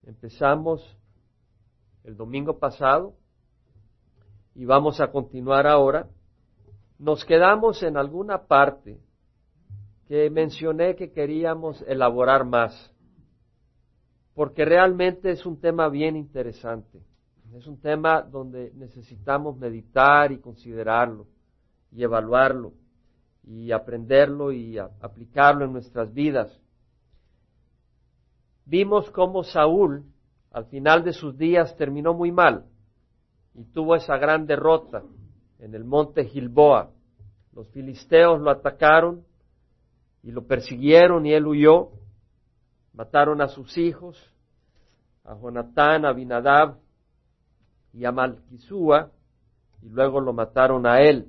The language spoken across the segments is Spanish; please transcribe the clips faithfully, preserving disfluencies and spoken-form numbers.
Empezamos el domingo pasado y vamos a continuar ahora. Nos quedamos en alguna parte que mencioné que queríamos elaborar más, porque realmente es un tema bien interesante. Es un tema donde necesitamos meditar y considerarlo y evaluarlo y aprenderlo y a, aplicarlo en nuestras vidas. Vimos cómo Saúl, al final de sus días, terminó muy mal y tuvo esa gran derrota en el monte Gilboa. Los filisteos lo atacaron y lo persiguieron y él huyó. Mataron a sus hijos, a Jonatán, a Abinadab y a Malquisúa, y luego lo mataron a él.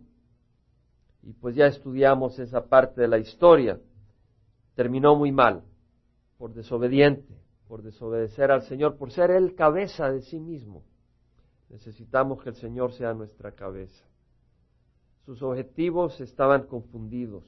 Y pues ya estudiamos esa parte de la historia. Terminó muy mal, por desobediente, por desobedecer al Señor, por ser Él cabeza de sí mismo. Necesitamos que el Señor sea nuestra cabeza. Sus objetivos estaban confundidos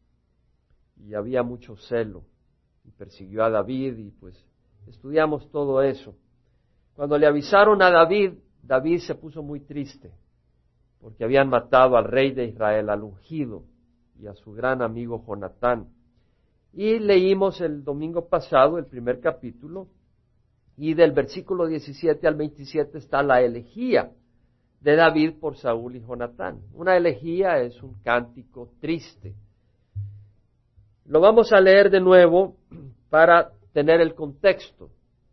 y había mucho celo y persiguió a David y pues estudiamos todo eso. Cuando le avisaron a David, David se puso muy triste porque habían matado al rey de Israel, al ungido, y a su gran amigo Jonatán. Y leímos el domingo pasado el primer capítulo, y del versículo diecisiete al veintisiete está la elegía de David por Saúl y Jonatán. Una elegía es un cántico triste. Lo vamos a leer de nuevo para tener el contexto,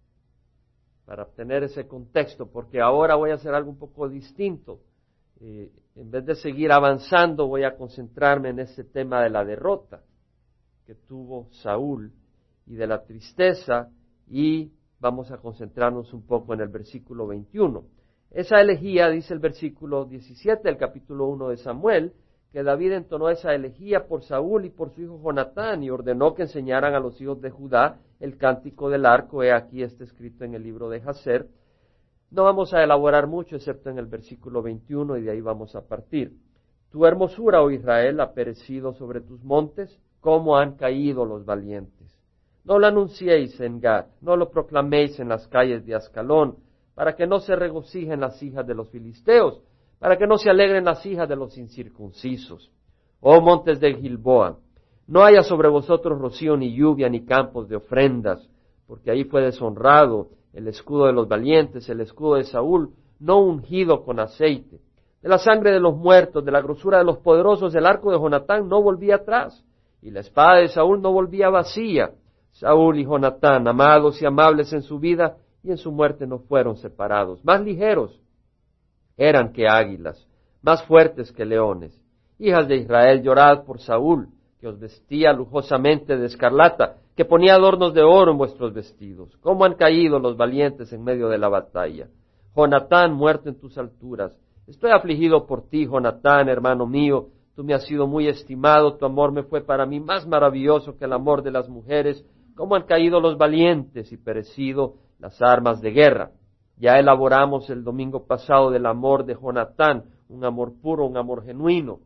para obtener ese contexto, porque ahora voy a hacer algo un poco distinto. Eh, en vez de seguir avanzando, voy a concentrarme en ese tema de la derrota que tuvo Saúl y de la tristeza, y vamos a concentrarnos un poco en el versículo veintiuno. Esa elegía, dice el versículo diecisiete del capítulo uno de Samuel, que David entonó esa elegía por Saúl y por su hijo Jonatán, y ordenó que enseñaran a los hijos de Judá el cántico del arco. He aquí está escrito en el libro de Jaser. No vamos a elaborar mucho, excepto en el versículo veintiuno, y de ahí vamos a partir. Tu hermosura, oh Israel, ha perecido sobre tus montes, cómo han caído los valientes. No lo anunciéis en Gad, no lo proclaméis en las calles de Ascalón, para que no se regocijen las hijas de los filisteos, para que no se alegren las hijas de los incircuncisos. Oh montes de Gilboa, no haya sobre vosotros rocío ni lluvia ni campos de ofrendas, porque ahí fue deshonrado el escudo de los valientes, el escudo de Saúl, no ungido con aceite. De la sangre de los muertos, de la grosura de los poderosos, el arco de Jonatán no volvía atrás, y la espada de Saúl no volvía vacía. Saúl y Jonatán, amados y amables en su vida, y en su muerte no fueron separados. Más ligeros eran que águilas, más fuertes que leones. Hijas de Israel, llorad por Saúl, que os vestía lujosamente de escarlata, que ponía adornos de oro en vuestros vestidos. ¿Cómo han caído los valientes en medio de la batalla? Jonatán, muerto en tus alturas. Estoy afligido por ti, Jonatán, hermano mío. Tú me has sido muy estimado, tu amor me fue para mí más maravilloso que el amor de las mujeres. ¿Cómo han caído los valientes y perecido las armas de guerra? Ya elaboramos el domingo pasado del amor de Jonatán, un amor puro, un amor genuino,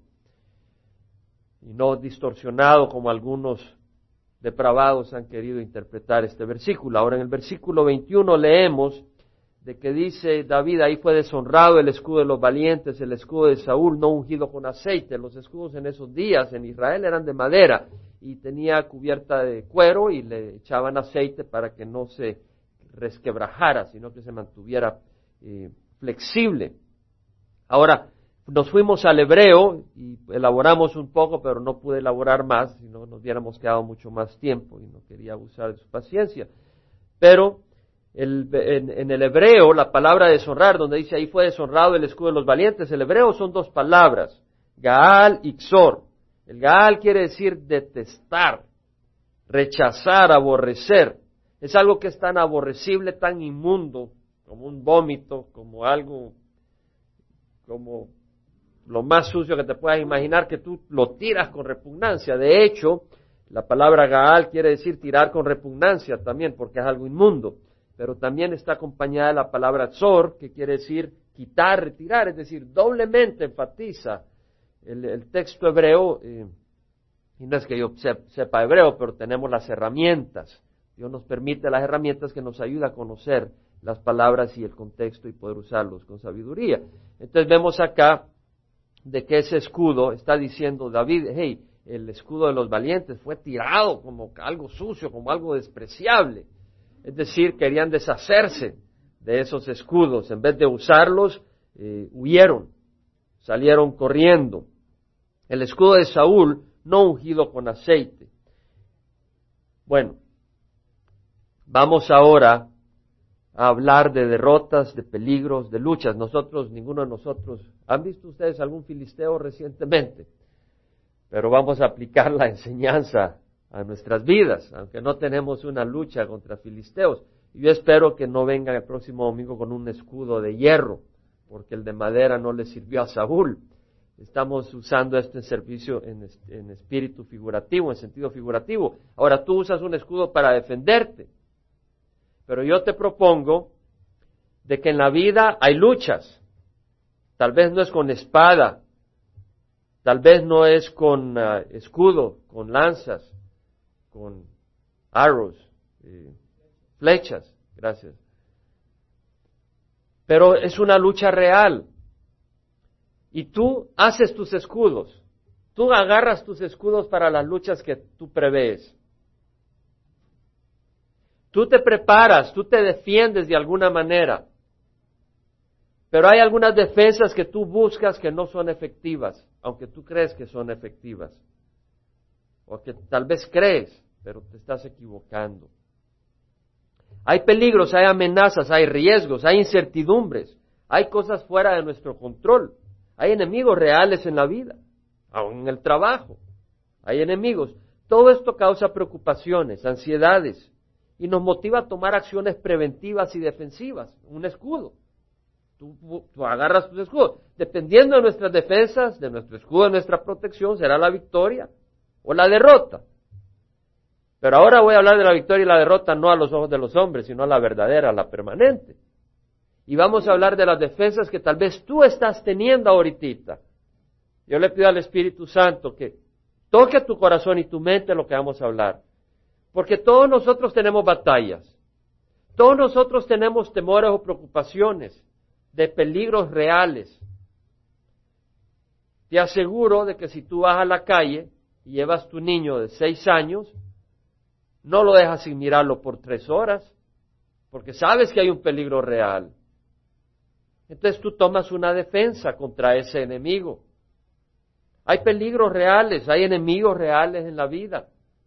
y no distorsionado como algunos depravados han querido interpretar este versículo. Ahora en el versículo veintiuno leemos de que dice David, ahí fue deshonrado el escudo de los valientes, el escudo de Saúl, no ungido con aceite. Los escudos en esos días en Israel eran de madera y tenía cubierta de cuero y le echaban aceite para que no se resquebrajara, sino que se mantuviera eh, flexible. Ahora, nos fuimos al hebreo y elaboramos un poco, pero no pude elaborar más, si no nos hubiéramos quedado mucho más tiempo y no quería abusar de su paciencia. Pero el, en, en el hebreo, la palabra deshonrar, donde dice ahí fue deshonrado el escudo de los valientes, el hebreo son dos palabras, Gaal y Xor. El Gaal quiere decir detestar, rechazar, aborrecer. Es algo que es tan aborrecible, tan inmundo, como un vómito, como algo, como lo más sucio que te puedas imaginar, que tú lo tiras con repugnancia. De hecho, la palabra Gaal quiere decir tirar con repugnancia también, porque es algo inmundo. Pero también está acompañada de la palabra Tzor, que quiere decir quitar, retirar, es decir, doblemente enfatiza el, el texto hebreo. Eh, y no es que yo sepa hebreo, pero tenemos las herramientas Dios nos permite las herramientas que nos ayudan a conocer las palabras y el contexto y poder usarlos con sabiduría. Entonces vemos acá de que ese escudo está diciendo David, hey, el escudo de los valientes fue tirado como algo sucio, como algo despreciable. Es decir, querían deshacerse de esos escudos. En vez de usarlos, eh, huyeron, salieron corriendo. El escudo de Saúl, no ungido con aceite. Bueno, vamos ahora a hablar de derrotas, de peligros, de luchas. Nosotros, ninguno de nosotros, ¿han visto ustedes algún filisteo recientemente? Pero vamos a aplicar la enseñanza a nuestras vidas, aunque no tenemos una lucha contra filisteos. Yo espero que no vengan el próximo domingo con un escudo de hierro, porque el de madera no le sirvió a Saúl. Estamos usando esto en servicio en, en espíritu figurativo, en sentido figurativo. Ahora tú usas un escudo para defenderte, pero yo te propongo de que en la vida hay luchas. Tal vez no es con espada, tal vez no es con uh, escudo, con lanzas, con arrows, eh, flechas, gracias. Pero es una lucha real. Y tú haces tus escudos. Tú agarras tus escudos para las luchas que tú prevés. Tú te preparas, tú te defiendes de alguna manera. Pero hay algunas defensas que tú buscas que no son efectivas, aunque tú crees que son efectivas. O que tal vez crees, pero te estás equivocando. Hay peligros, hay amenazas, hay riesgos, hay incertidumbres, hay cosas fuera de nuestro control. Hay enemigos reales en la vida, aún en el trabajo. Hay enemigos. Todo esto causa preocupaciones, ansiedades, y nos motiva a tomar acciones preventivas y defensivas. Un escudo. Tú, tú agarras tus escudos. Dependiendo de nuestras defensas, de nuestro escudo, de nuestra protección, será la victoria o la derrota. Pero ahora voy a hablar de la victoria y la derrota no a los ojos de los hombres, sino a la verdadera, a la permanente. Y vamos a hablar de las defensas que tal vez tú estás teniendo ahorita. Yo le pido al Espíritu Santo que toque tu corazón y tu mente lo que vamos a hablar. Porque todos nosotros tenemos batallas. Todos nosotros tenemos temores o preocupaciones de peligros reales. Te aseguro de que si tú vas a la calle y llevas tu niño de seis años, no lo dejas sin mirarlo por tres horas, porque sabes que hay un peligro real. Entonces tú tomas una defensa contra ese enemigo. Hay peligros reales, hay enemigos reales en la vida.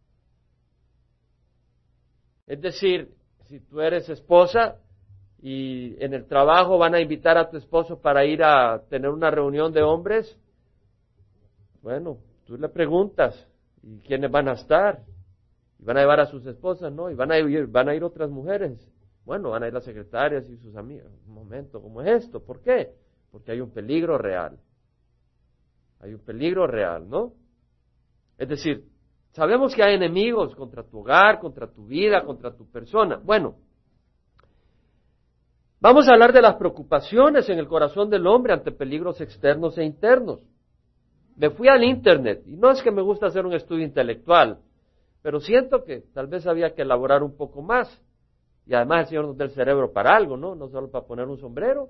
Es decir, si tú eres esposa y en el trabajo van a invitar a tu esposo para ir a tener una reunión de hombres, bueno, tú le preguntas, ¿y quiénes van a estar? Y van a llevar a sus esposas, ¿no? Y van a ir, van a ir otras mujeres. Bueno, van a ir las secretarias y sus amigas. Un momento, ¿cómo es esto? ¿Por qué? Porque hay un peligro real. Hay un peligro real, ¿no? Es decir, sabemos que hay enemigos contra tu hogar, contra tu vida, contra tu persona. Bueno, vamos a hablar de las preocupaciones en el corazón del hombre ante peligros externos e internos. Me fui al internet, y no es que me gusta hacer un estudio intelectual, pero siento que tal vez había que elaborar un poco más. Y además el Señor nos da el cerebro para algo, ¿no? No solo para poner un sombrero.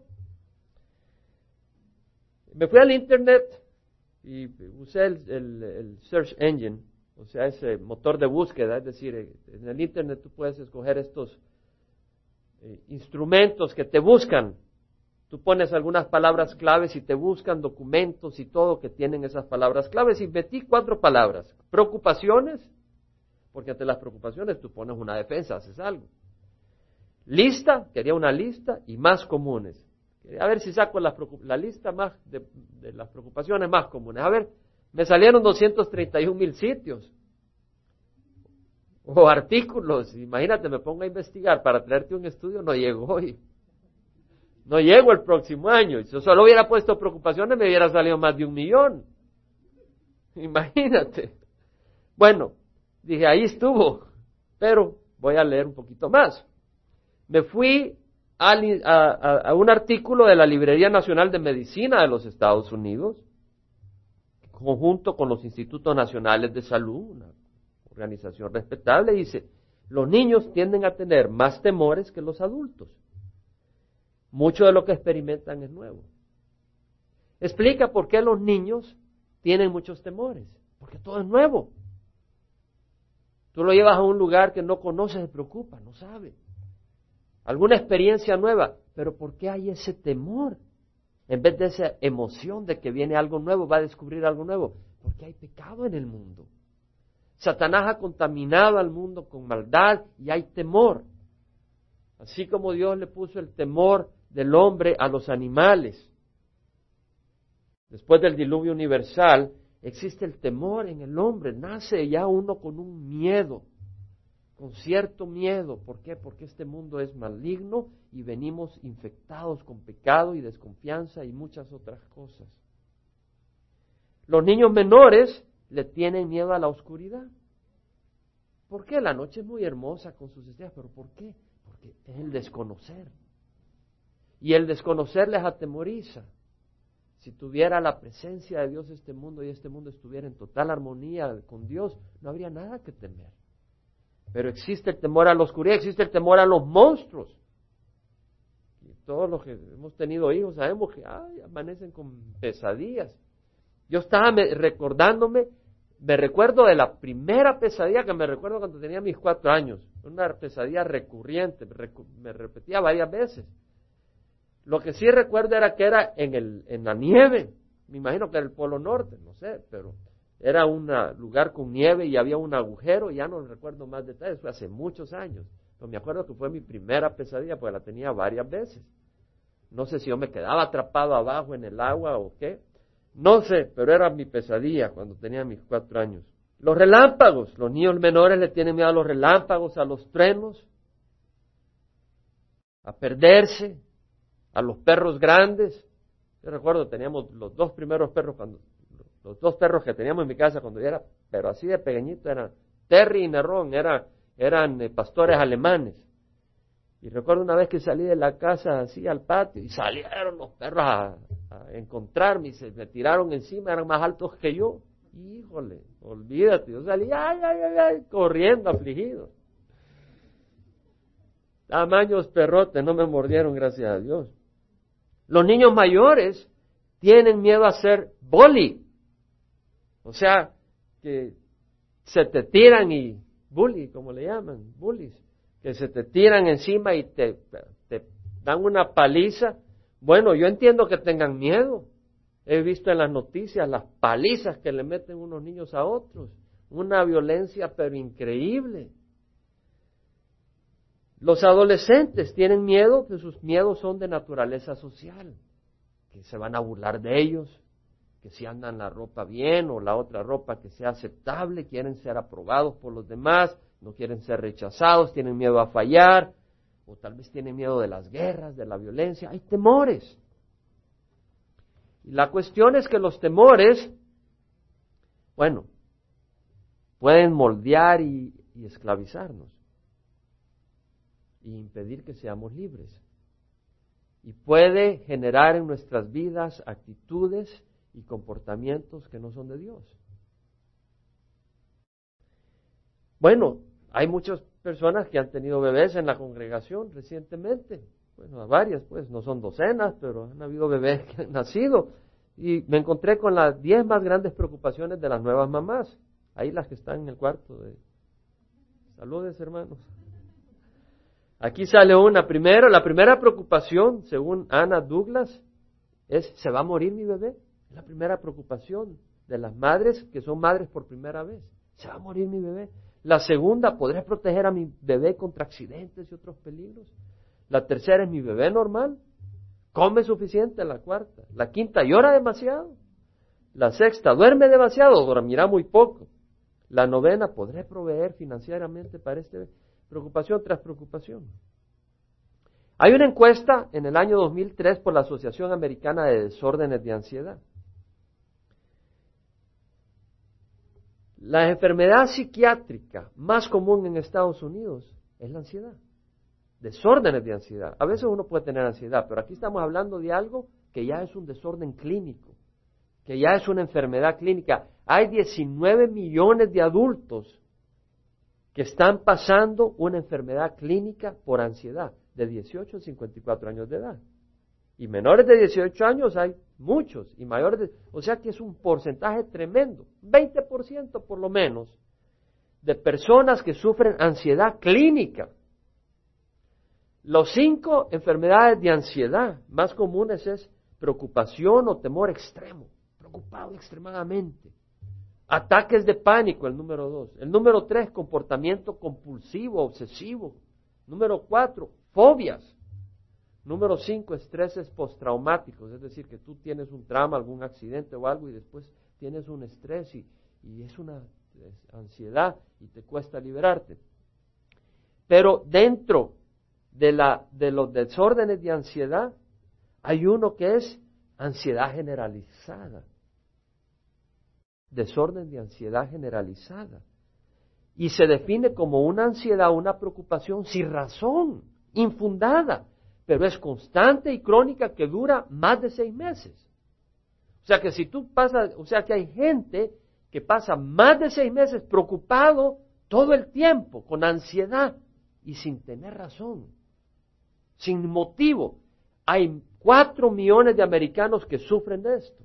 Me fui al internet y usé el, el, el search engine, o sea, ese motor de búsqueda. Es decir, en el internet tú puedes escoger estos eh, instrumentos que te buscan. Tú pones algunas palabras claves y te buscan documentos y todo que tienen esas palabras claves. Y metí cuatro palabras. Preocupaciones, porque ante las preocupaciones tú pones una defensa, haces algo. Lista, quería una lista, y más comunes. A ver si saco la, la lista más de, de las preocupaciones más comunes. A ver, me salieron doscientos treinta y un mil sitios o artículos. Imagínate, me pongo a investigar para traerte un estudio, no llego hoy. No llego el próximo año. Si yo solo hubiera puesto preocupaciones, me hubiera salido más de un millón. Imagínate. Bueno, dije, ahí estuvo, pero voy a leer un poquito más. Me fui a, a, a un artículo de la Librería Nacional de Medicina de los Estados Unidos, conjunto con los Institutos Nacionales de Salud, una organización respetable, dice, Los niños tienden a tener más temores que los adultos. Mucho de lo que experimentan es nuevo. Explica por qué los niños tienen muchos temores. Porque todo es nuevo. Tú lo llevas a un lugar que no conoces, se preocupa, no sabe. Alguna experiencia nueva. Pero ¿por qué hay ese temor? En vez de esa emoción de que viene algo nuevo, va a descubrir algo nuevo. Porque hay pecado en el mundo. Satanás ha contaminado al mundo con maldad y hay temor. Así como Dios le puso el temor del hombre a los animales. Después del diluvio universal, existe el temor en el hombre. Nace ya uno con un miedo, con cierto miedo. ¿Por qué? Porque este mundo es maligno y venimos infectados con pecado y desconfianza y muchas otras cosas. Los niños menores le tienen miedo a la oscuridad. ¿Por qué? La noche es muy hermosa con sus estrellas, pero ¿por qué? Porque es el desconocer. Y el desconocer les atemoriza. Si tuviera la presencia de Dios este mundo y este mundo estuviera en total armonía con Dios, no habría nada que temer. Pero existe el temor a la oscuridad, existe el temor a los monstruos. Y todos los que hemos tenido hijos sabemos que ay, amanecen con pesadillas. Yo estaba me, recordándome, me recuerdo de la primera pesadilla que me recuerdo cuando tenía mis cuatro años. Una pesadilla recurrente, recu, me repetía varias veces. Lo que sí recuerdo era que era en, el, en la nieve. Me imagino que era el Polo Norte, no sé, pero era un lugar con nieve y había un agujero, ya no recuerdo más detalles, fue hace muchos años. Pero me acuerdo que fue mi primera pesadilla, porque la tenía varias veces. No sé si yo me quedaba atrapado abajo en el agua o qué. No sé, pero era mi pesadilla cuando tenía mis cuatro años. Los relámpagos, los niños menores le tienen miedo a los relámpagos, a los truenos, a perderse, a los perros grandes. Yo recuerdo, teníamos los dos primeros perros, cuando los dos perros que teníamos en mi casa cuando yo era, pero así de pequeñito, eran Terry y Nerón, era, eran eh, pastores alemanes. Y recuerdo una vez que salí de la casa así al patio y salieron los perros a, a encontrarme y se me tiraron encima, eran más altos que yo. Híjole, olvídate, yo salí ay, ay, ay, ay, corriendo, afligido. Tamaños perrotes, no me mordieron, gracias a Dios. Los niños mayores tienen miedo a ser bully. O sea, que se te tiran y bully, como le llaman, bullies. Que se te tiran encima y te, te dan una paliza. Bueno, yo entiendo que tengan miedo. He visto en las noticias las palizas que le meten unos niños a otros. Una violencia pero increíble. Los adolescentes tienen miedo, que sus miedos son de naturaleza social. Que se van a burlar de ellos, que si andan la ropa bien o la otra ropa que sea aceptable, quieren ser aprobados por los demás, no quieren ser rechazados, tienen miedo a fallar, o tal vez tienen miedo de las guerras, de la violencia, hay temores. Y la cuestión es que los temores, bueno, pueden moldear y, y esclavizarnos, y impedir que seamos libres. Y puede generar en nuestras vidas actitudes y comportamientos que no son de Dios. Bueno, hay muchas personas que han tenido bebés en la congregación recientemente. Bueno, varias, pues, no son docenas, pero han habido bebés que han nacido. Y me encontré con las diez más grandes preocupaciones de las nuevas mamás. Ahí las que están en el cuarto. De... Saludes, hermanos. Aquí sale una. Primero, la primera preocupación, según Anna Douglas, es, ¿se va a morir mi bebé? Es la primera preocupación de las madres que son madres por primera vez. ¿Se va a morir mi bebé? La segunda, ¿podré proteger a mi bebé contra accidentes y otros peligros? La tercera, ¿es mi bebé normal? ¿Come suficiente? La cuarta. La quinta, ¿llora demasiado? La sexta, ¿duerme demasiado? Dormirá muy poco. La novena, ¿podré proveer financieramente para este bebé? Preocupación tras preocupación. Hay una encuesta en el año dos mil tres por la Asociación Americana de Desórdenes de Ansiedad. La enfermedad psiquiátrica más común en Estados Unidos es la ansiedad. Desórdenes de ansiedad. A veces uno puede tener ansiedad, pero aquí estamos hablando de algo que ya es un desorden clínico, que ya es una enfermedad clínica. Hay diecinueve millones de adultos que están pasando una enfermedad clínica por ansiedad, de dieciocho a cincuenta y cuatro años de edad. Y menores de dieciocho años hay muchos, y mayores de, o sea que es un porcentaje tremendo, veinte por ciento por lo menos, de personas que sufren ansiedad clínica. Las cinco enfermedades de ansiedad más comunes es preocupación o temor extremo, preocupado extremadamente. Ataques de pánico, el número dos. El número tres, comportamiento compulsivo, obsesivo. Número cuatro, fobias. Número cinco, estreses postraumáticos, es decir, que tú tienes un trauma, algún accidente o algo y después tienes un estrés y, y es una es ansiedad y te cuesta liberarte. Pero dentro de, la, de los desórdenes de ansiedad hay uno que es ansiedad generalizada. Desorden de ansiedad generalizada. Y se define como una ansiedad, una preocupación sin razón, infundada, pero es constante y crónica que dura más de seis meses. O sea que si tú pasas, o sea que hay gente que pasa más de seis meses preocupado todo el tiempo, con ansiedad y sin tener razón, sin motivo. Hay cuatro millones de americanos que sufren de esto.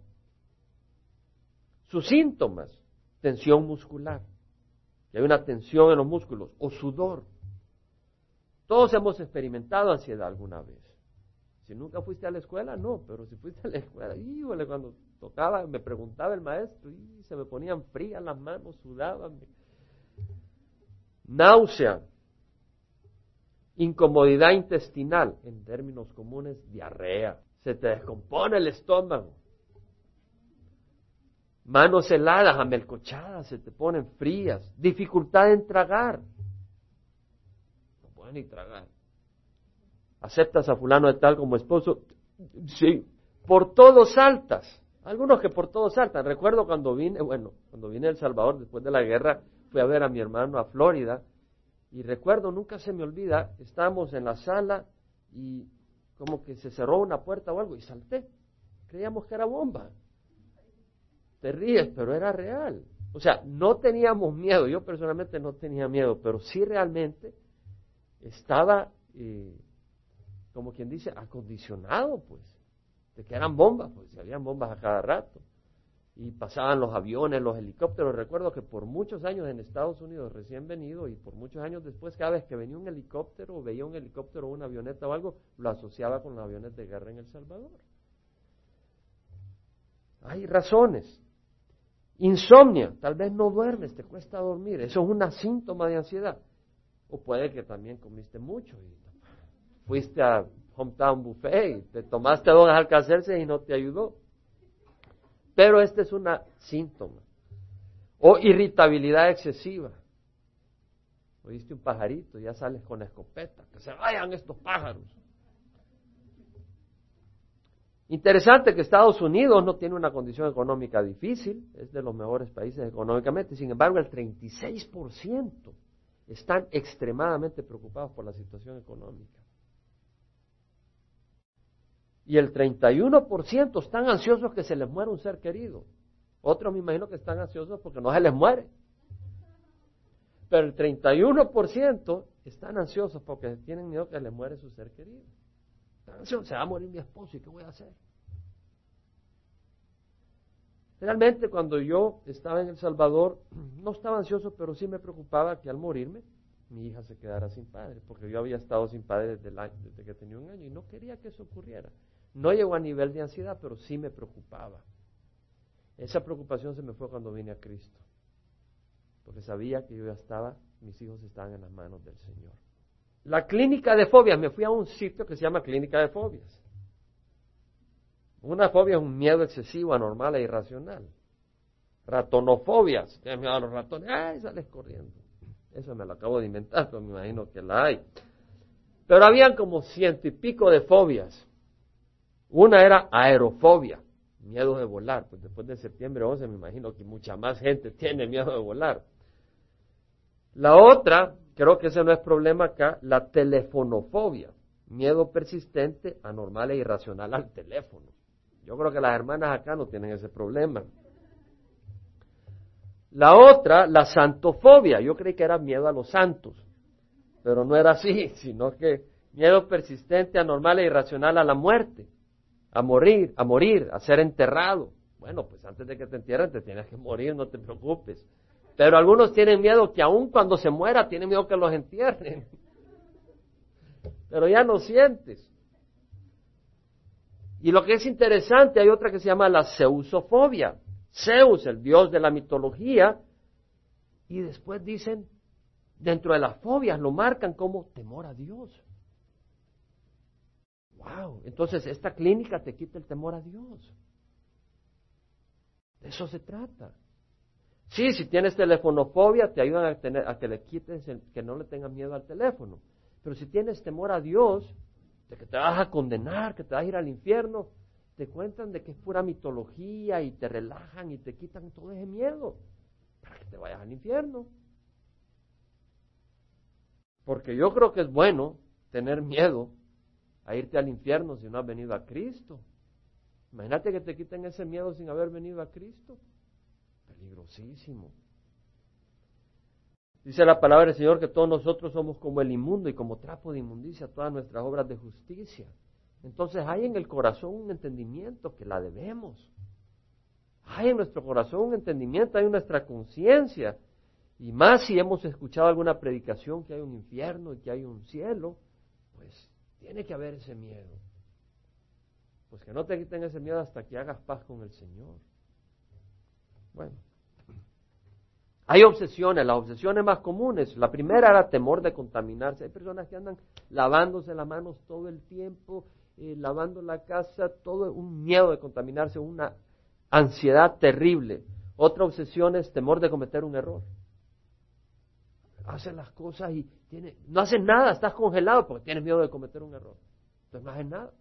Sus síntomas, tensión muscular, que hay una tensión en los músculos, o sudor. Todos hemos experimentado ansiedad alguna vez. Si nunca fuiste a la escuela, no, pero si fuiste a la escuela, híjole, cuando tocaba, me preguntaba el maestro, y se me ponían frías las manos, sudaban. Náusea, incomodidad intestinal, en términos comunes, diarrea, se te descompone el estómago. Manos heladas, amelcochadas, se te ponen frías. Dificultad en tragar. No puedes ni tragar. ¿Aceptas a fulano de tal como esposo? Sí. Por todos saltas. Algunos que por todos saltan. Recuerdo cuando vine, bueno, cuando vine a El Salvador después de la guerra, fui a ver a mi hermano a Florida. Y recuerdo, nunca se me olvida, estábamos en la sala y como que se cerró una puerta o algo y salté. Creíamos que era bomba. Te ríes, pero era real. O sea, no teníamos miedo, yo personalmente no tenía miedo, pero sí realmente estaba, eh, como quien dice, acondicionado, pues, de que eran bombas, pues, habían bombas a cada rato. Y pasaban los aviones, los helicópteros. Recuerdo que por muchos años en Estados Unidos, recién venido, y por muchos años después, cada vez que venía un helicóptero, o veía un helicóptero o una avioneta o algo, lo asociaba con los aviones de guerra en El Salvador. Hay razones. Insomnia, tal vez no duermes, te cuesta dormir, eso es un síntoma de ansiedad. O puede que también comiste mucho y fuiste a Hometown Buffet y te tomaste dos alcacerces y no te ayudó. Pero este es un síntoma. O irritabilidad excesiva. Oíste un pajarito, ya sales con escopeta, que se vayan estos pájaros. Interesante que Estados Unidos no tiene una condición económica difícil, es de los mejores países económicamente, sin embargo el treinta y seis por ciento están extremadamente preocupados por la situación económica. Y el treinta y uno por ciento están ansiosos que se les muera un ser querido. Otros me imagino que están ansiosos porque no se les muere. Pero el treinta y uno por ciento están ansiosos porque tienen miedo que les muere su ser querido. Se va a morir mi esposo, ¿y qué voy a hacer? Realmente cuando yo estaba en El Salvador, no estaba ansioso, pero sí me preocupaba que al morirme, mi hija se quedara sin padre, porque yo había estado sin padre desde, el año, desde que tenía un año y no quería que eso ocurriera. No llegó a nivel de ansiedad, pero sí me preocupaba. Esa preocupación se me fue cuando vine a Cristo, porque sabía que yo ya estaba, mis hijos estaban en las manos del Señor. La clínica de fobias, me fui a un sitio que se llama clínica de fobias. Una fobia es un miedo excesivo, anormal e irracional. Ratonofobias, que miedo a los ratones, ¡ay! Sales corriendo. Eso me lo acabo de inventar, pero me imagino que la hay. Pero habían como ciento y pico de fobias. Una era aerofobia, miedo de volar. Pues después de septiembre once me imagino que mucha más gente tiene miedo de volar. La otra, creo que ese no es problema acá, la telefonofobia, miedo persistente, anormal e irracional al teléfono. Yo creo que las hermanas acá no tienen ese problema. La otra, la santofobia. Yo creí que era miedo a los santos, pero no era así, sino que miedo persistente, anormal e irracional a la muerte, a morir, a morir, a ser enterrado. Bueno, pues antes de que te entierren te tienes que morir, no te preocupes. Pero algunos tienen miedo que aun cuando se muera, tienen miedo que los entierren. Pero ya no sientes. Y lo que es interesante, hay otra que se llama la zeusofobia. Zeus, el dios de la mitología, y después dicen, dentro de las fobias lo marcan como temor a Dios. Wow, entonces esta clínica te quita el temor a Dios. De eso se trata. Sí, si tienes telefonofobia, te ayudan a, tener, a que le quites, el, que no le tengas miedo al teléfono. Pero si tienes temor a Dios, de que te vas a condenar, que te vas a ir al infierno, te cuentan de que es pura mitología y te relajan y te quitan todo ese miedo para que te vayas al infierno. Porque yo creo que es bueno tener miedo a irte al infierno si no has venido a Cristo. Imagínate que te quiten ese miedo sin haber venido a Cristo. Peligrosísimo. Dice la palabra del Señor que todos nosotros somos como el inmundo y como trapo de inmundicia todas nuestras obras de justicia. Entonces hay en el corazón un entendimiento que la debemos. Hay en nuestro corazón un entendimiento, hay en nuestra conciencia. Y más si hemos escuchado alguna predicación que hay un infierno y que hay un cielo, pues tiene que haber ese miedo. Pues que no te quiten ese miedo hasta que hagas paz con el Señor. Bueno. Hay obsesiones, las obsesiones más comunes. La primera era temor de contaminarse. Hay personas que andan lavándose las manos todo el tiempo, eh, lavando la casa, todo un miedo de contaminarse, una ansiedad terrible. Otra obsesión es temor de cometer un error. Hacen las cosas y tiene, no hacen nada, estás congelado porque tienes miedo de cometer un error. Entonces no hacen nada.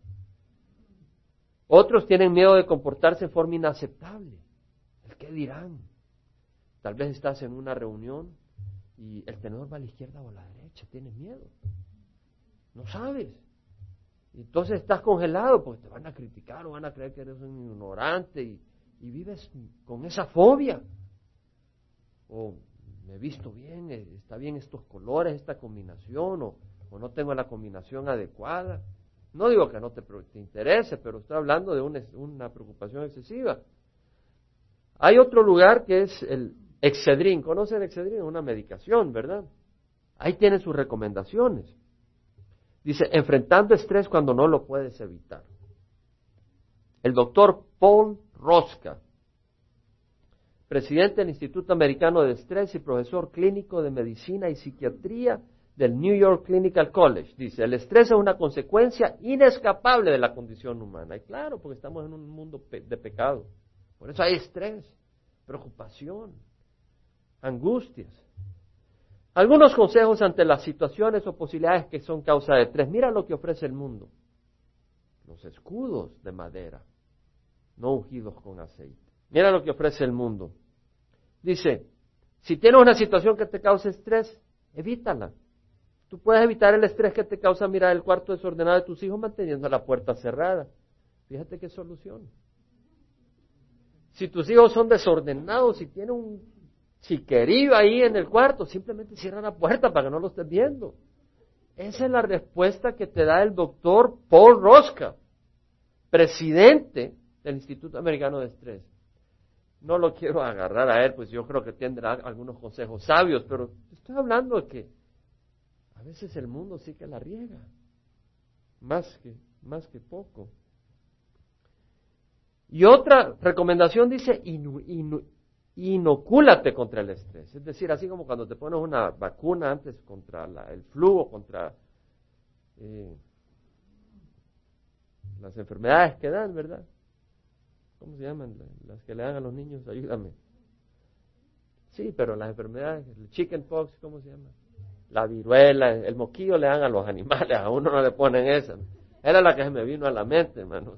Otros tienen miedo de comportarse de forma inaceptable. ¿El qué dirán? Tal vez estás en una reunión y el tenedor va a la izquierda o a la derecha, tienes miedo. No sabes. Entonces estás congelado porque te van a criticar o van a creer que eres un ignorante y, y vives con esa fobia. O me he visto bien, está bien estos colores, esta combinación, o, o no tengo la combinación adecuada. No digo que no te, te interese, pero estoy hablando de una, una preocupación excesiva. Hay otro lugar que es el Excedrin. ¿Conocen el Excedrin? Es una medicación, ¿verdad? Ahí tienen sus recomendaciones. Dice, enfrentando estrés cuando no lo puedes evitar. El doctor Paul Roska, presidente del Instituto Americano de Estrés y profesor clínico de medicina y psiquiatría del New York Clinical College, dice, el estrés es una consecuencia inescapable de la condición humana. Y claro, porque estamos en un mundo de pecado. Por eso hay estrés, preocupación, angustias. Algunos consejos ante las situaciones o posibilidades que son causa de estrés. Mira lo que ofrece el mundo. Los escudos de madera, no ungidos con aceite. Mira lo que ofrece el mundo. Dice, si tienes una situación que te causa estrés, evítala. Tú puedes evitar el estrés que te causa mirar el cuarto desordenado de tus hijos manteniendo la puerta cerrada. Fíjate qué solución. Si tus hijos son desordenados y tienen un chiquerío ahí en el cuarto, simplemente cierra la puerta para que no lo estés viendo. Esa es la respuesta que te da el doctor Paul Roska, presidente del Instituto Americano de Estrés. No lo quiero agarrar a él, pues yo creo que tendrá algunos consejos sabios, pero estoy hablando de que a veces el mundo sí que la riega, más que, más que poco. Y otra recomendación dice, inu, inu, inocúlate contra el estrés. Es decir, así como cuando te pones una vacuna antes contra la, el flu o contra eh, las enfermedades que dan, ¿verdad? ¿Cómo se llaman? Las que le dan a los niños, ayúdame. Sí, pero las enfermedades, el chickenpox, ¿cómo se llama? La viruela, el moquillo le dan a los animales, a uno no le ponen esa. Era la que se me vino a la mente, hermano.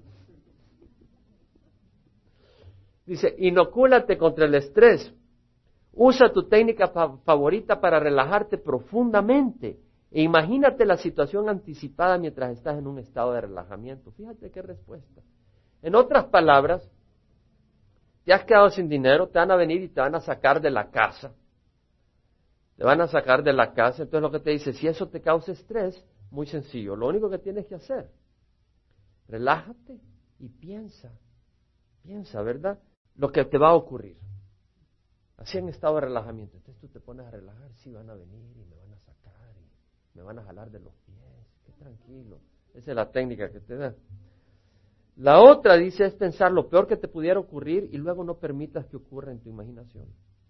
Dice, inocúlate contra el estrés. Usa tu técnica fa- favorita para relajarte profundamente. E imagínate la situación anticipada mientras estás en un estado de relajamiento. Fíjate qué respuesta. En otras palabras, te has quedado sin dinero, te van a venir y te van a sacar de la casa. Te van a sacar de la casa. Entonces lo que te dice, si eso te causa estrés, muy sencillo. Lo único que tienes que hacer, relájate y piensa. Piensa, ¿verdad? Lo que te va a ocurrir. Así en estado de relajamiento. Entonces tú te pones a relajar, sí, van a venir y me van a sacar y me van a jalar de los pies. Qué tranquilo. Esa es la técnica que te da. La otra, dice, es pensar lo peor que te pudiera ocurrir y luego no permitas que ocurra en tu imaginación.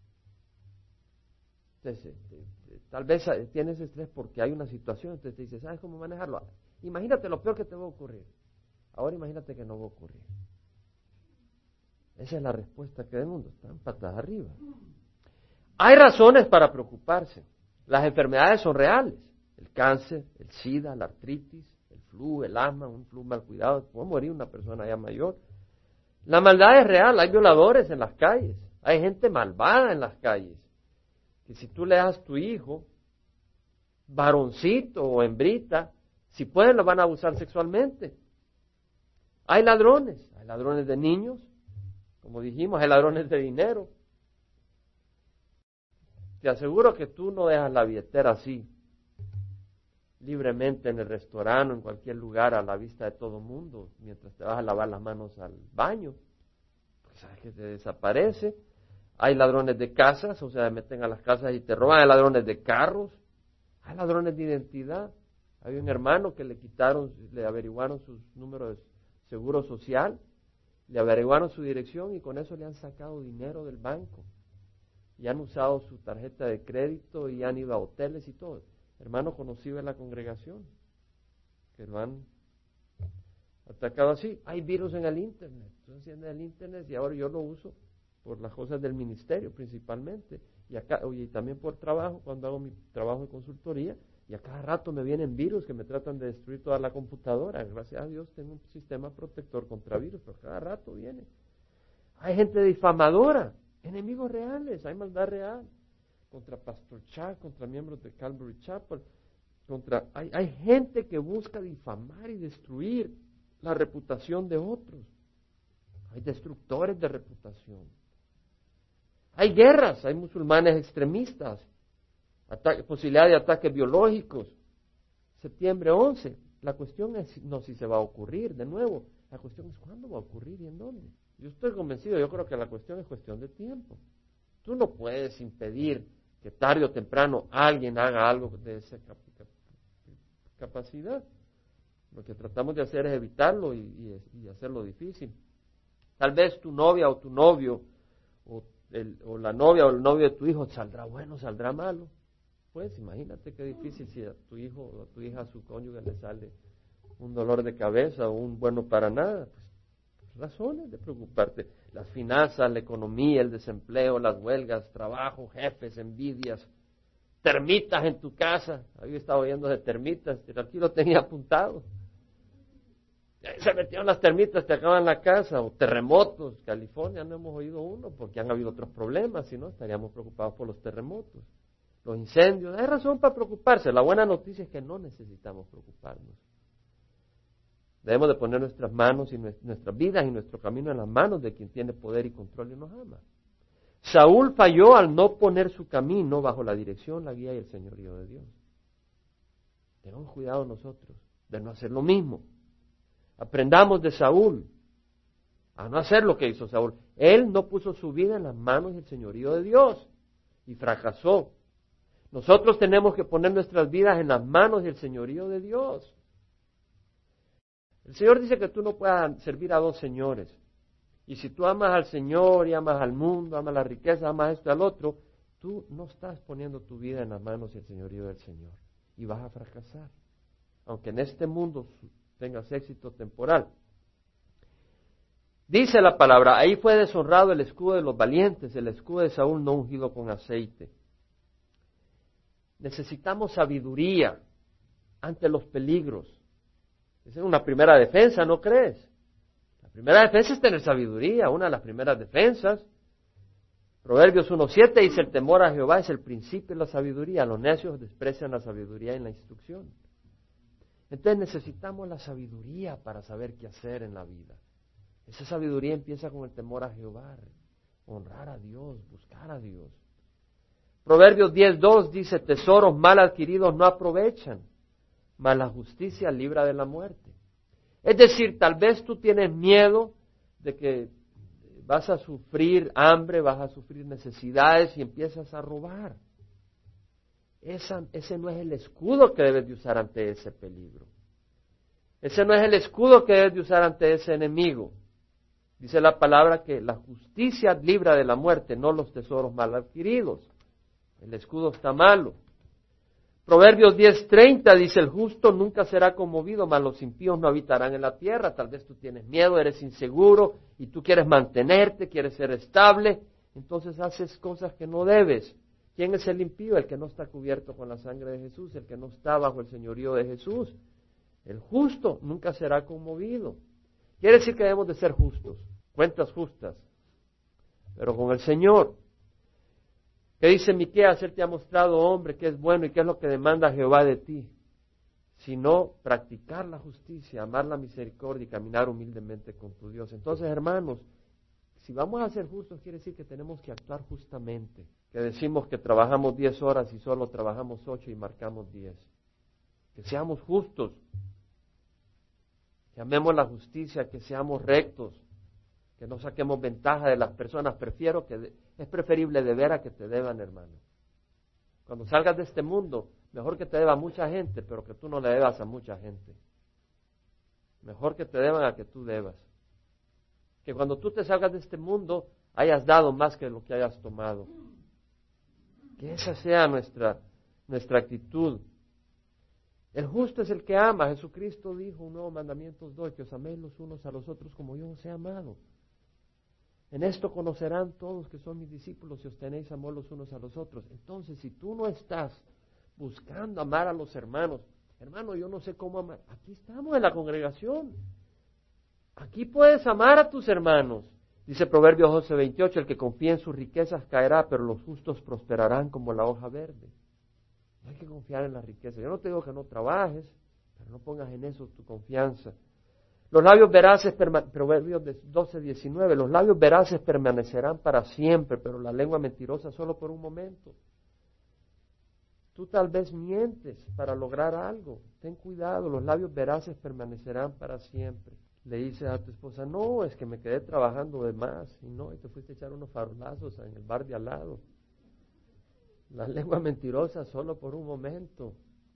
Entonces, tal vez tienes estrés porque hay una situación, entonces te dices, ¿sabes cómo manejarlo? Imagínate lo peor que te va a ocurrir. Ahora imagínate que no va a ocurrir. Esa es la respuesta que demos, están patas arriba. Hay razones para preocuparse. Las enfermedades son reales. El cáncer, el SIDA, la artritis, el flu, el asma, un flu mal cuidado, puede morir una persona ya mayor. La maldad es real, hay violadores en las calles, hay gente malvada en las calles. Que si tú le das a tu hijo, varoncito o hembrita, si pueden lo van a abusar sexualmente. Hay ladrones, hay ladrones de niños, como dijimos, hay ladrones de dinero. Te aseguro que tú no dejas la billetera así, libremente en el restaurante o en cualquier lugar a la vista de todo el mundo, mientras te vas a lavar las manos al baño. Pues sabes que te desaparece. Hay ladrones de casas, o sea, meten a las casas y te roban. Hay ladrones de carros, hay ladrones de identidad. Hay un hermano que le quitaron, le averiguaron sus números de seguro social, le averiguaron su dirección y con eso le han sacado dinero del banco. Y han usado su tarjeta de crédito y han ido a hoteles y todo. Hermano conocido en la congregación, que lo han atacado así. Hay virus en el internet, entonces en el internet y ahora yo lo uso por las cosas del ministerio principalmente, y acá, oye, y también por trabajo, cuando hago mi trabajo de consultoría, y a cada rato me vienen virus que me tratan de destruir toda la computadora. Gracias a Dios tengo un sistema protector contra virus, pero cada rato viene. Hay gente difamadora, enemigos reales, hay maldad real, contra Pastor Chuck, contra miembros de Calvary Chapel, contra, hay, hay gente que busca difamar y destruir la reputación de otros. Hay destructores de reputación. Hay guerras, hay musulmanes extremistas, ataque, posibilidad de ataques biológicos. Septiembre once, la cuestión es no si se va a ocurrir de nuevo, la cuestión es cuándo va a ocurrir y en dónde. Yo estoy convencido, yo creo que la cuestión es cuestión de tiempo. Tú no puedes impedir que tarde o temprano alguien haga algo de esa capacidad. Lo que tratamos de hacer es evitarlo y, y, y hacerlo difícil. Tal vez tu novia o tu novio o, el, o la novia o el novio de tu hijo saldrá bueno, saldrá malo. Pues imagínate qué difícil si a tu hijo o a tu hija, a su cónyuge le sale un dolor de cabeza o un bueno para nada. Pues razones de preocuparte. Las finanzas, la economía, el desempleo, las huelgas, trabajo, jefes, envidias, termitas en tu casa. Había estado oyendo de termitas, pero aquí lo tenía apuntado. Se metieron las termitas, te acaban la casa, o terremotos. California no hemos oído uno porque han habido otros problemas, si no estaríamos preocupados por los terremotos, los incendios. Hay razón para preocuparse. La buena noticia es que no necesitamos preocuparnos. Debemos de poner nuestras manos y nuestras vidas y nuestro camino en las manos de quien tiene poder y control y nos ama. Saúl falló al no poner su camino bajo la dirección, la guía y el señorío de Dios. Tenemos cuidado nosotros de no hacer lo mismo. Aprendamos de Saúl a no hacer lo que hizo Saúl. Él no puso su vida en las manos del señorío de Dios y fracasó. Nosotros tenemos que poner nuestras vidas en las manos del señorío de Dios. El Señor dice que tú no puedas servir a dos señores. Y si tú amas al Señor y amas al mundo, amas la riqueza, amas esto y al otro, tú no estás poniendo tu vida en las manos del señorío del Señor. Y vas a fracasar. Aunque en este mundo tengas éxito temporal. Dice la palabra, ahí fue deshonrado el escudo de los valientes, el escudo de Saúl no ungido con aceite. Necesitamos sabiduría ante los peligros. Esa es una primera defensa, ¿no crees? La primera defensa es tener sabiduría, una de las primeras defensas. Proverbios uno siete dice, el temor a Jehová es el principio de la sabiduría. Los necios desprecian la sabiduría y la instrucción. Entonces necesitamos la sabiduría para saber qué hacer en la vida. Esa sabiduría empieza con el temor a Jehová, honrar a Dios, buscar a Dios. Proverbios diez dos dice, tesoros mal adquiridos no aprovechan, mas la justicia libra de la muerte. Es decir, tal vez tú tienes miedo de que vas a sufrir hambre, vas a sufrir necesidades y empiezas a robar. Esa, ese no es el escudo que debes de usar ante ese peligro. Ese no es el escudo que debes de usar ante ese enemigo. Dice la palabra que la justicia libra de la muerte, no los tesoros mal adquiridos. El escudo está malo. Proverbios diez treinta dice, el justo nunca será conmovido, mas los impíos no habitarán en la tierra. Tal vez tú tienes miedo, eres inseguro y tú quieres mantenerte, quieres ser estable, entonces haces cosas que no debes. ¿Quién es el impío? El que no está cubierto con la sangre de Jesús, el que no está bajo el señorío de Jesús. El justo nunca será conmovido. Quiere decir que debemos de ser justos, cuentas justas, pero con el Señor. ¿Qué dice Miqueas? Él te ha mostrado, hombre, qué es bueno y qué es lo que demanda Jehová de ti, sino practicar la justicia, amar la misericordia y caminar humildemente con tu Dios. Entonces, hermanos, si vamos a ser justos, quiere decir que tenemos que actuar justamente, que decimos que trabajamos diez horas y solo trabajamos ocho y marcamos diez. Que seamos justos, que amemos la justicia, que seamos rectos, que no saquemos ventaja de las personas. Prefiero que de, es preferible deber a que te deban, hermano. Cuando salgas de este mundo, mejor que te deba mucha gente, pero que tú no le debas a mucha gente. Mejor que te deban a que tú debas. Que cuando tú te salgas de este mundo, hayas dado más que lo que hayas tomado. Que esa sea nuestra, nuestra actitud. El justo es el que ama. Jesucristo dijo, un nuevo mandamiento os doy, que os améis los unos a los otros como yo os he amado. En esto conocerán todos que son mis discípulos si os tenéis amor los unos a los otros. Entonces, si tú no estás buscando amar a los hermanos, hermano, yo no sé cómo amar. Aquí estamos en la congregación. Aquí puedes amar a tus hermanos. Dice Proverbios once veintiocho, el que confía en sus riquezas caerá, pero los justos prosperarán como la hoja verde. No hay que confiar en las riquezas. Yo no te digo que no trabajes, pero no pongas en eso tu confianza. Los labios veraces, Proverbios doce diecinueve, los labios veraces permanecerán para siempre, pero la lengua mentirosa solo por un momento. Tú tal vez mientes para lograr algo. Ten cuidado, los labios veraces permanecerán para siempre. Le dices a tu esposa, no, es que me quedé trabajando de más. Y no, y te fuiste a echar unos farolazos en el bar de al lado. La lengua mentirosa solo por un momento.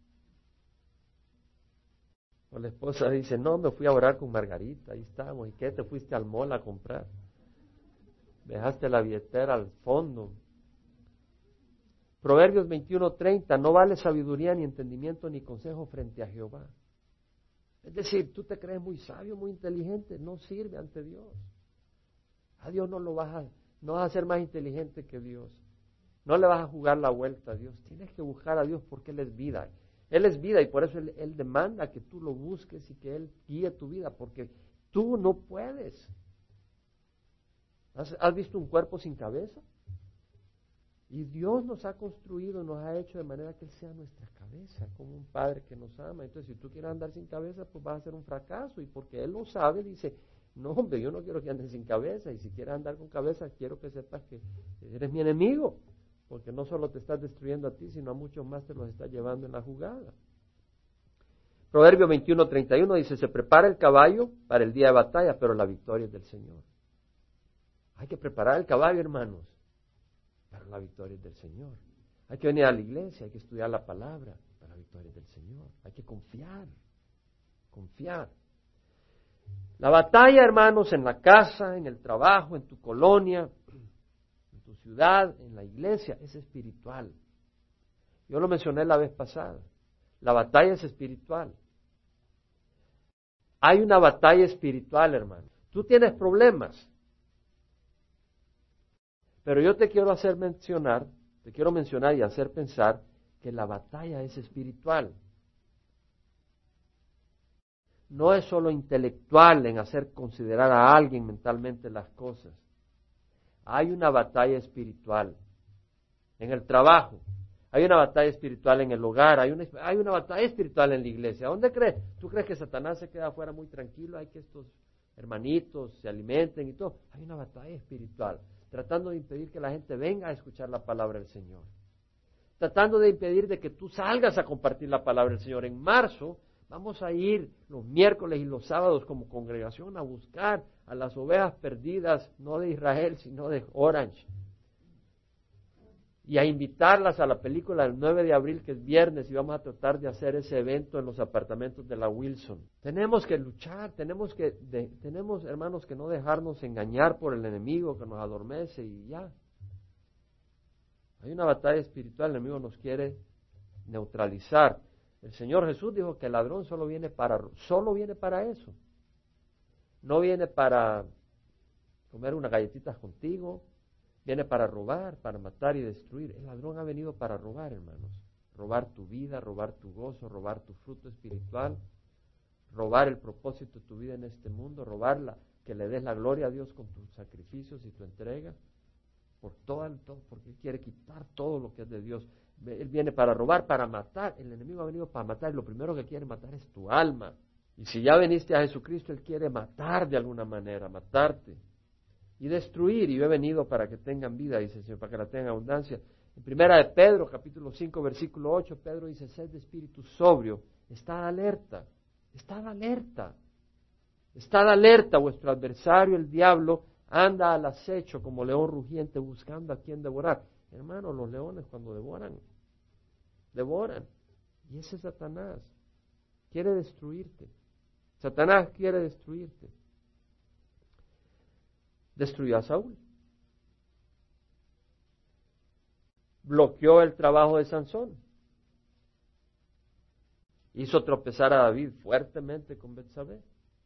O la esposa dice, no, me fui a orar con Margarita, ahí estamos. ¿Y qué? Te fuiste al mall a comprar. Dejaste la billetera al fondo. Proverbios veintiuno treinta, no vale sabiduría ni entendimiento ni consejo frente a Jehová. Es decir, tú te crees muy sabio, muy inteligente, no sirve ante Dios. A Dios no lo vas a, no vas a ser más inteligente que Dios. No le vas a jugar la vuelta a Dios. Tienes que buscar a Dios porque Él es vida. Él es vida y por eso Él, Él demanda que tú lo busques y que Él guíe tu vida, porque tú no puedes. ¿Has, has visto un cuerpo sin cabeza? Y Dios nos ha construido, nos ha hecho de manera que Él sea nuestra cabeza, como un padre que nos ama. Entonces, si tú quieres andar sin cabeza, pues vas a ser un fracaso. Y porque Él lo sabe, dice, no, hombre, yo no quiero que andes sin cabeza. Y si quieres andar con cabeza, quiero que sepas que eres mi enemigo. Porque no solo te estás destruyendo a ti, sino a muchos más te los estás llevando en la jugada. Proverbio veintiuno treinta y uno dice, se prepara el caballo para el día de batalla, pero la victoria es del Señor. Hay que preparar el caballo, hermanos, pero la victoria es del Señor. Hay que venir a la iglesia, hay que estudiar la palabra, pero la victoria es del Señor. Hay que confiar, confiar. La batalla, hermanos, en la casa, en el trabajo, en tu colonia, en tu ciudad, en la iglesia, es espiritual. Yo lo mencioné la vez pasada. La batalla es espiritual. Hay una batalla espiritual, hermano. Tú tienes problemas. Pero yo te quiero hacer mencionar, te quiero mencionar y hacer pensar que la batalla es espiritual. No es solo intelectual en hacer considerar a alguien mentalmente las cosas. Hay una batalla espiritual en el trabajo. Hay una batalla espiritual en el hogar, hay una, hay una batalla espiritual en la iglesia. ¿Dónde crees? ¿Tú crees que Satanás se queda afuera muy tranquilo? Hay que estos hermanitos se alimenten y todo. Hay una batalla espiritual. tratando de impedir que la gente venga a escuchar la palabra del Señor, tratando de impedir de que tú salgas a compartir la palabra del Señor. En marzo vamos a ir los miércoles y los sábados como congregación a buscar a las ovejas perdidas, no de Israel, sino de Orange, y a invitarlas a la película del nueve de abril, que es viernes, y vamos a tratar de hacer ese evento en los apartamentos de la Wilson. Tenemos que luchar, tenemos que, de, tenemos hermanos que no dejarnos engañar por el enemigo que nos adormece y ya. Hay una batalla espiritual, el enemigo nos quiere neutralizar. El Señor Jesús dijo que el ladrón solo viene para, solo viene para eso. No viene para comer unas galletitas contigo, viene para robar, para matar y destruir. El ladrón ha venido para robar, hermanos. Robar tu vida, robar tu gozo, robar tu fruto espiritual, robar el propósito de tu vida en este mundo, robarla, que le des la gloria a Dios con tus sacrificios y tu entrega, por todo, todo, porque Él quiere quitar todo lo que es de Dios. Él viene para robar, para matar. El enemigo ha venido para matar, y lo primero que quiere matar es tu alma. Y si ya veniste a Jesucristo, Él quiere matar de alguna manera, matarte y destruir. Y yo he venido para que tengan vida, dice el Señor, para que la tengan abundancia. En primera de Pedro, capítulo cinco, versículo ocho, Pedro dice: sed de espíritu sobrio, estad alerta, estad alerta, estad alerta. Vuestro adversario, el diablo, anda al acecho como león rugiente buscando a quien devorar. Hermano, los leones cuando devoran, devoran. Y ese es Satanás. Quiere destruirte. Satanás quiere destruirte. Destruyó a Saúl. Bloqueó el trabajo de Sansón. Hizo tropezar a David fuertemente con Betsabé.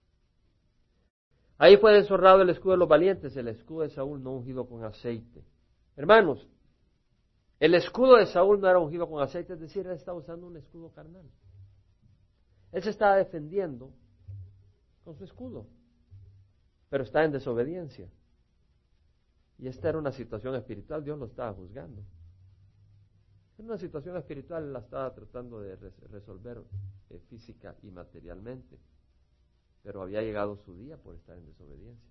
Ahí fue deshonrado el escudo de los valientes, el escudo de Saúl no ungido con aceite. Hermanos, el escudo de Saúl no era ungido con aceite, es decir, él estaba usando un escudo carnal. Él se estaba defendiendo con su escudo, pero está en desobediencia. Y esta era una situación espiritual, Dios lo estaba juzgando. En una situación espiritual él la estaba tratando de resolver eh, física y materialmente, pero había llegado su día por estar en desobediencia.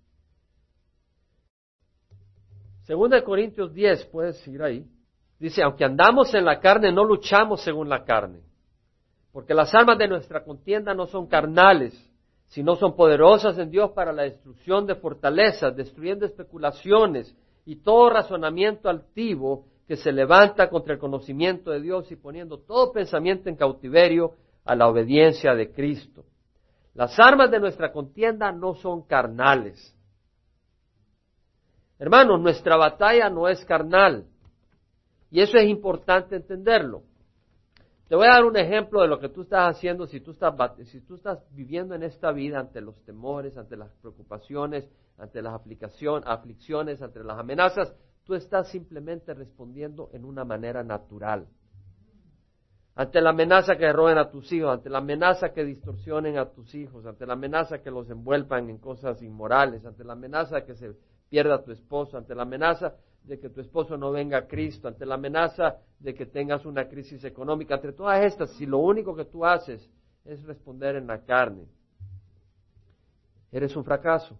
Segunda de Corintios diez, puedes ir ahí. Dice: aunque andamos en la carne, no luchamos según la carne, porque las armas de nuestra contienda no son carnales, sino son poderosas en Dios para la destrucción de fortalezas, destruyendo especulaciones y todo razonamiento altivo que se levanta contra el conocimiento de Dios, y poniendo todo pensamiento en cautiverio a la obediencia de Cristo. Las armas de nuestra contienda no son carnales. Hermanos, nuestra batalla no es carnal, y eso es importante entenderlo. Te voy a dar un ejemplo de lo que tú estás haciendo si tú estás, si tú estás viviendo en esta vida ante los temores, ante las preocupaciones, ante las aflicciones, ante las amenazas. Tú estás simplemente respondiendo en una manera natural. Ante la amenaza que roben a tus hijos, ante la amenaza que distorsionen a tus hijos, ante la amenaza que los envuelvan en cosas inmorales, ante la amenaza de que se pierda tu esposo, ante la amenaza de que tu esposo no venga a Cristo, ante la amenaza de que tengas una crisis económica, entre todas estas, si lo único que tú haces es responder en la carne, eres un fracaso.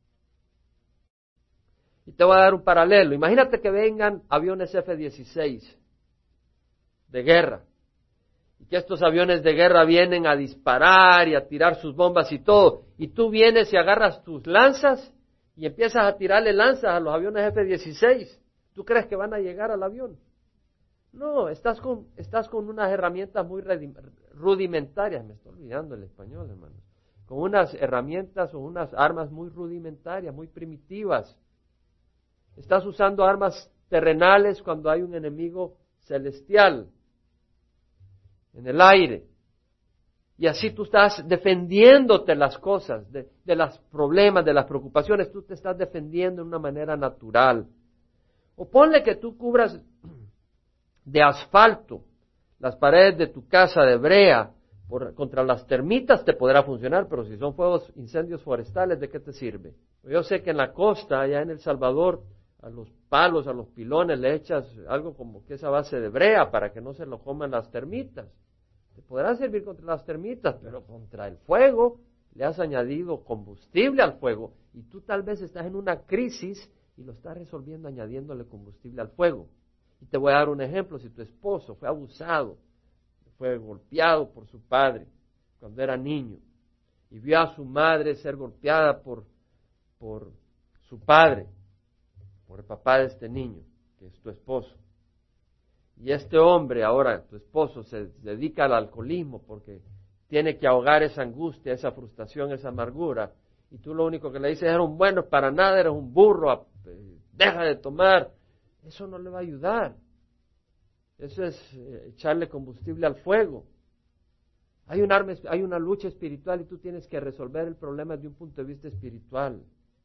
Y te voy a dar un paralelo. Imagínate que vengan aviones F dieciséis de guerra, y que estos aviones de guerra vienen a disparar y a tirar sus bombas y todo, y tú vienes y agarras tus lanzas y empiezas a tirarle lanzas a los aviones F dieciséis. ¿Tú crees que van a llegar al avión? No, estás con, estás con unas herramientas muy rudimentarias. Me estoy olvidando el español, hermano. Con unas herramientas o unas armas muy rudimentarias, muy primitivas. Estás usando armas terrenales cuando hay un enemigo celestial en el aire. Y así tú estás defendiéndote las cosas, de, de los problemas, de las preocupaciones, tú te estás defendiendo de una manera natural. O ponle que tú cubras de asfalto las paredes de tu casa de brea por, contra las termitas, te podrá funcionar, pero si son fuegos, incendios forestales, ¿de qué te sirve? Yo sé que en la costa, allá en El Salvador, a los palos, a los pilones le echas algo como que esa base de brea para que no se lo coman las termitas. Te podrá servir contra las termitas, pero contra el fuego le has añadido combustible al fuego, y tú tal vez estás en una crisis y lo estás resolviendo añadiéndole combustible al fuego. Y te voy a dar un ejemplo. Si tu esposo fue abusado, fue golpeado por su padre cuando era niño, y vio a su madre ser golpeada por, por su padre, por el papá de este niño, que es tu esposo, y este hombre ahora, tu esposo, se dedica al alcoholismo porque tiene que ahogar esa angustia, esa frustración, esa amargura, y tú lo único que le dices, eres un bueno para nada, eres un burro, deja de tomar, eso no le va a ayudar. Eso es eh, echarle combustible al fuego. Hay un arma, hay una lucha espiritual y tú tienes que resolver el problema desde un punto de vista espiritual.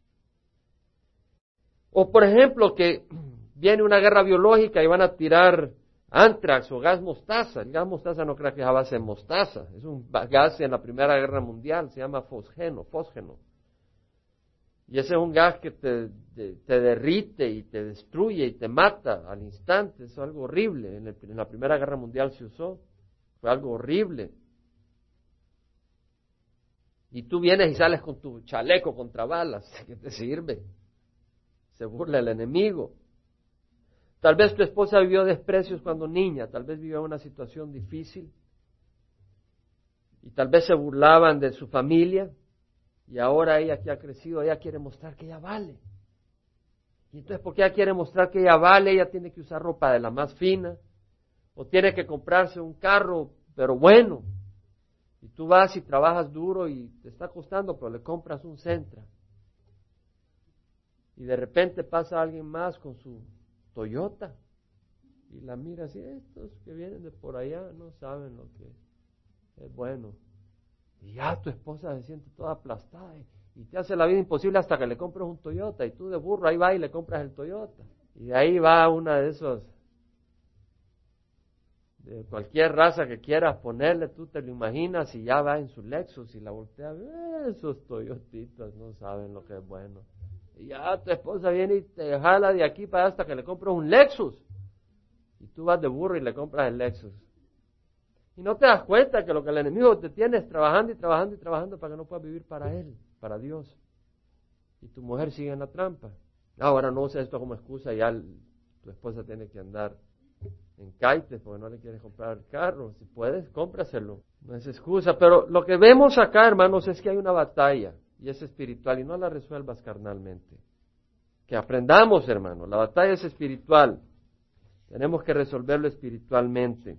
O por ejemplo que viene una guerra biológica y van a tirar antrax o gas mostaza. El gas mostaza no creo que es a base de mostaza, es un gas en la Primera Guerra Mundial, se llama fosgeno, fósgeno. Y ese es un gas que te, te, te derrite y te destruye y te mata al instante. Es algo horrible. En, el, en la Primera Guerra Mundial se usó. Fue algo horrible. Y tú vienes y sales con tu chaleco contra balas. ¿Qué te sirve? Se burla el enemigo. Tal vez tu esposa vivió desprecios cuando niña. Tal vez vivió una situación difícil. Y tal vez se burlaban de su familia. Y ahora ella que ha crecido, ella quiere mostrar que ella vale. Y entonces, porque ella quiere mostrar que ella vale, ella tiene que usar ropa de la más fina, o tiene que comprarse un carro, pero bueno. Y tú vas y trabajas duro y te está costando, pero le compras un Sentra. Y de repente pasa alguien más con su Toyota. Y la mira así, estos que vienen de por allá no saben lo que es bueno. Y ya tu esposa se siente toda aplastada y, y te hace la vida imposible hasta que le compras un Toyota y tú de burro ahí vas y le compras el Toyota. Y de ahí va una de esos, de cualquier raza que quieras ponerle, tú te lo imaginas y ya va en su Lexus y la voltea, eh, esos Toyotitas no saben lo que es bueno. Y ya tu esposa viene y te jala de aquí para allá hasta que le compras un Lexus. Y tú vas de burro y le compras el Lexus. Y no te das cuenta que lo que el enemigo te tiene es trabajando y trabajando y trabajando para que no puedas vivir para él, para Dios. Y tu mujer sigue en la trampa. Ahora no uses esto como excusa, ya el, tu esposa tiene que andar en caites porque no le quieres comprar el carro. Si puedes, cómpraselo. No es excusa. Pero lo que vemos acá, hermanos, es que hay una batalla y es espiritual y no la resuelvas carnalmente. Que aprendamos, hermanos, la batalla es espiritual. Tenemos que resolverlo espiritualmente.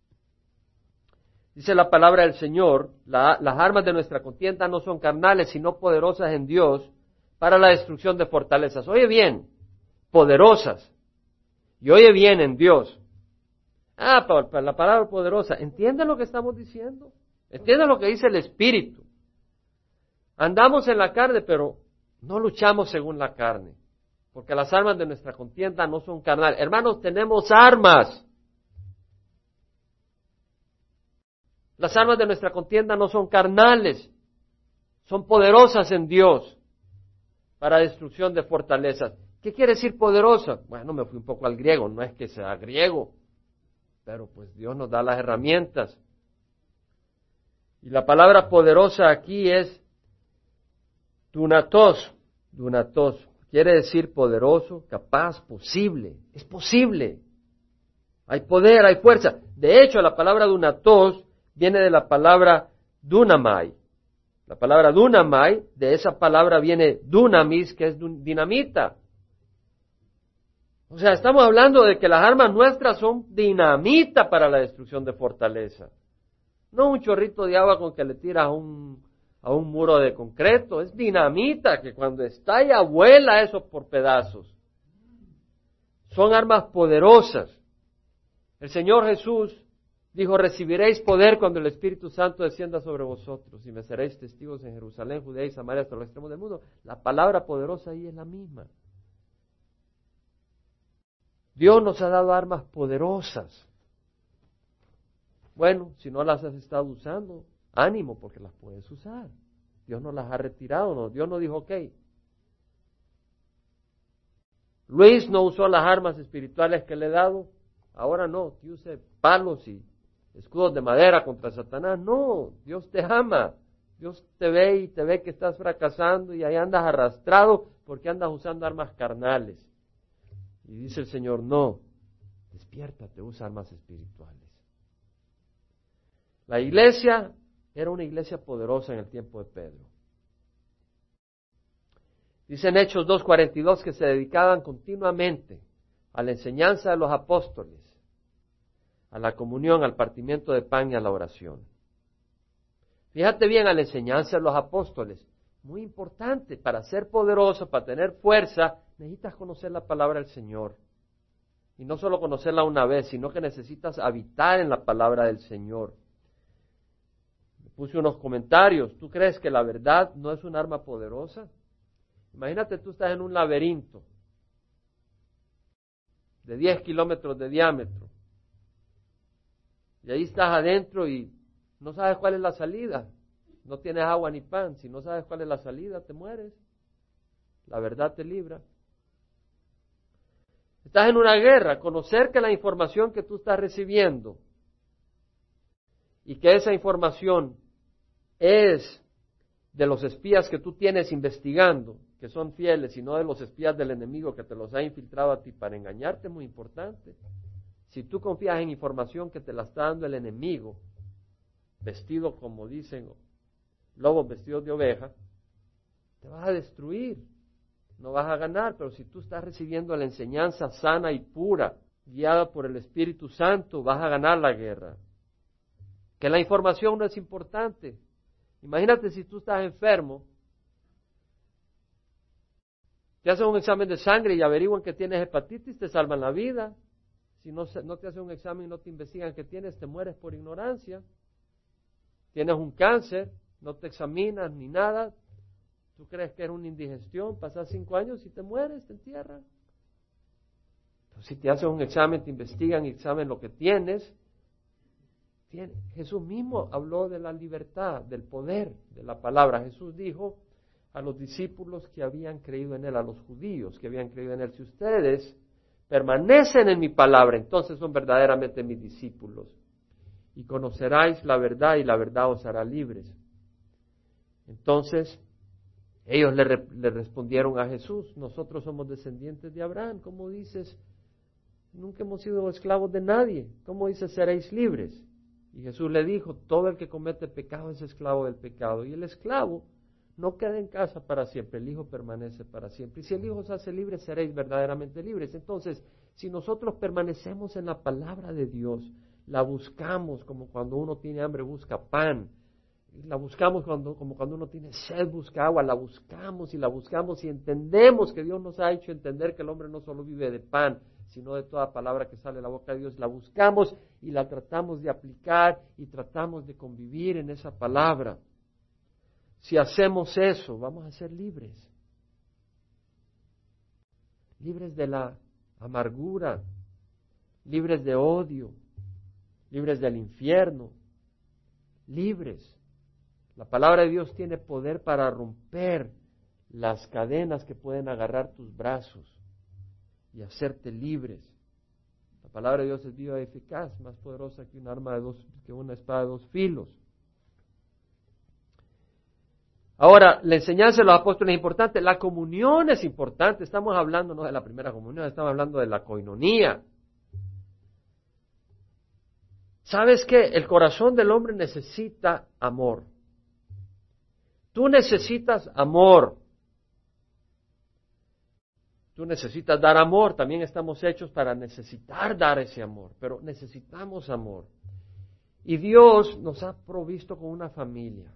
Dice la palabra del Señor, la, las armas de nuestra contienda no son carnales, sino poderosas en Dios para la destrucción de fortalezas. Oye bien, poderosas. Y oye bien en Dios. Ah, para, para la palabra poderosa. ¿Entiende lo que estamos diciendo? ¿Entiende lo que dice el Espíritu? Andamos en la carne, pero no luchamos según la carne. Porque las armas de nuestra contienda no son carnales. Hermanos, tenemos armas. Las armas de nuestra contienda no son carnales, son poderosas en Dios para destrucción de fortalezas. ¿Qué quiere decir poderosa? Bueno, me fui un poco al griego, no es que sea griego, pero pues Dios nos da las herramientas. Y la palabra poderosa aquí es dunatos, dunatos, quiere decir poderoso, capaz, posible, es posible. Hay poder, hay fuerza. De hecho, la palabra dunatos viene de la palabra dunamai. La palabra dunamai, de esa palabra viene dunamis, que es dinamita. O sea, estamos hablando de que las armas nuestras son dinamita para la destrucción de fortaleza. No un chorrito de agua con que le tiras a un, a un muro de concreto. Es dinamita que cuando estalla vuela eso por pedazos. Son armas poderosas. El Señor Jesús dijo, recibiréis poder cuando el Espíritu Santo descienda sobre vosotros y me seréis testigos en Jerusalén, Judea y Samaria hasta los extremos del mundo. La palabra poderosa ahí es la misma. Dios nos ha dado armas poderosas. Bueno, si no las has estado usando, ánimo porque las puedes usar. Dios no las ha retirado, no. Dios no dijo, ok. Luis no usó las armas espirituales que le he dado, ahora no, que use palos y escudos de madera contra Satanás. No, Dios te ama. Dios te ve y te ve que estás fracasando y ahí andas arrastrado, ¿por qué andas usando armas carnales? Y dice el Señor, no, despiértate, usa armas espirituales. La iglesia era una iglesia poderosa en el tiempo de Pedro. Dice en Hechos dos cuarenta y dos que se dedicaban continuamente a la enseñanza de los apóstoles, a la comunión, al partimiento de pan y a la oración. Fíjate bien, a la enseñanza de los apóstoles, muy importante, para ser poderoso, para tener fuerza, necesitas conocer la palabra del Señor. Y no solo conocerla una vez, sino que necesitas habitar en la palabra del Señor. Puse unos comentarios. ¿Tú crees que la verdad no es un arma poderosa? Imagínate, tú estás en un laberinto de diez kilómetros de diámetro. Y ahí estás adentro y no sabes cuál es la salida. No tienes agua ni pan. Si no sabes cuál es la salida, te mueres. La verdad te libra. Estás en una guerra. Conocer que la información que tú estás recibiendo y que esa información es de los espías que tú tienes investigando, que son fieles, y no de los espías del enemigo que te los ha infiltrado a ti para engañarte, es muy importante. Si tú confías en información que te la está dando el enemigo, vestido como dicen lobos vestidos de oveja, te vas a destruir, no vas a ganar. Pero si tú estás recibiendo la enseñanza sana y pura, guiada por el Espíritu Santo, vas a ganar la guerra. Que la información no es importante. Imagínate si tú estás enfermo, te hacen un examen de sangre y averiguan que tienes hepatitis, te salvan la vida. Si no, no te hacen un examen y no te investigan que tienes, te mueres por ignorancia. Tienes un cáncer, no te examinas ni nada, tú crees que era una indigestión, pasas cinco años y te mueres, te entierran. Pero si te hacen un examen, te investigan y saben lo que tienes. Tiene. Jesús mismo habló de la libertad, del poder de la palabra. Jesús dijo a los discípulos que habían creído en Él, a los judíos que habían creído en Él, si ustedes permanecen en mi palabra, entonces son verdaderamente mis discípulos. Y conoceráis la verdad y la verdad os hará libres. Entonces, ellos le, re, le respondieron a Jesús, nosotros somos descendientes de Abraham. ¿Cómo dices? Nunca hemos sido esclavos de nadie. ¿Cómo dices seréis libres? Y Jesús le dijo, todo el que comete pecado es esclavo del pecado. Y el esclavo no queda en casa para siempre, el Hijo permanece para siempre. Y si el Hijo os hace libres, seréis verdaderamente libres. Entonces, si nosotros permanecemos en la palabra de Dios, la buscamos como cuando uno tiene hambre busca pan, la buscamos cuando, como cuando uno tiene sed busca agua, la buscamos y la buscamos y entendemos que Dios nos ha hecho entender que el hombre no solo vive de pan, sino de toda palabra que sale de la boca de Dios. La buscamos y la tratamos de aplicar y tratamos de convivir en esa palabra. Si hacemos eso, vamos a ser libres. Libres de la amargura, libres de odio, libres del infierno, libres. La palabra de Dios tiene poder para romper las cadenas que pueden agarrar tus brazos y hacerte libres. La palabra de Dios es viva y eficaz, más poderosa que un arma de dos, que una espada de dos filos. Ahora, la enseñanza de los apóstoles es importante, la comunión es importante. Estamos hablando no de la primera comunión, estamos hablando de la coinonía. ¿Sabes qué? El corazón del hombre necesita amor. Tú necesitas amor. Tú necesitas dar amor. También estamos hechos para necesitar dar ese amor. Pero necesitamos amor. Y Dios nos ha provisto con una familia.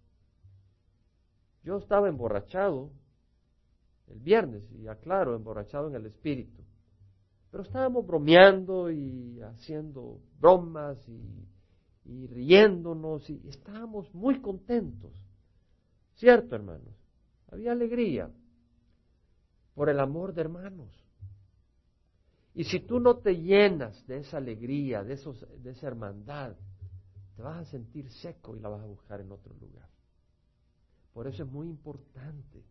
Yo estaba emborrachado el viernes, y aclaro, emborrachado en el espíritu. Pero estábamos bromeando y haciendo bromas y, y riéndonos y estábamos muy contentos. ¿Cierto, hermanos? Había alegría por el amor de hermanos. Y si tú no te llenas de esa alegría, de, esos, de esa hermandad, te vas a sentir seco y la vas a buscar en otro lugar. Por eso es muy importante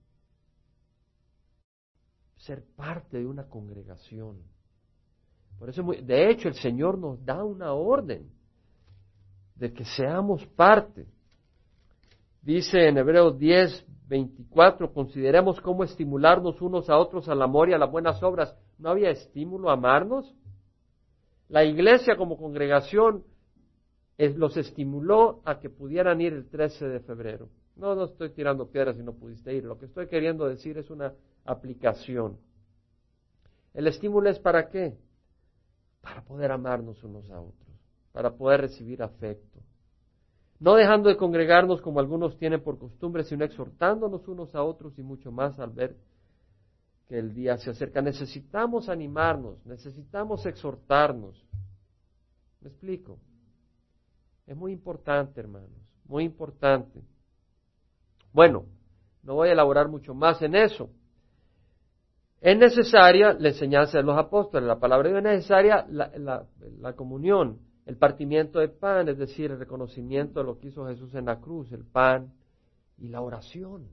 ser parte de una congregación. Por eso, muy, de hecho, el Señor nos da una orden de que seamos parte. Dice en Hebreos diez, veinticuatro, consideremos cómo estimularnos unos a otros al amor y a las buenas obras. ¿No había estímulo a amarnos? La iglesia como congregación eh, los estimuló a que pudieran ir el trece de febrero. No, no estoy tirando piedras si no pudiste ir. Lo que estoy queriendo decir es una aplicación. ¿El estímulo es para qué? Para poder amarnos unos a otros, para poder recibir afecto. No dejando de congregarnos como algunos tienen por costumbre, sino exhortándonos unos a otros y mucho más al ver que el día se acerca. Necesitamos animarnos, necesitamos exhortarnos. ¿Me explico? Es muy importante, hermanos, muy importante. Bueno, no voy a elaborar mucho más en eso. Es necesaria la enseñanza de los apóstoles, la palabra de Dios es necesaria, la, la, la comunión, el partimiento de pan, es decir, el reconocimiento de lo que hizo Jesús en la cruz, el pan y la oración.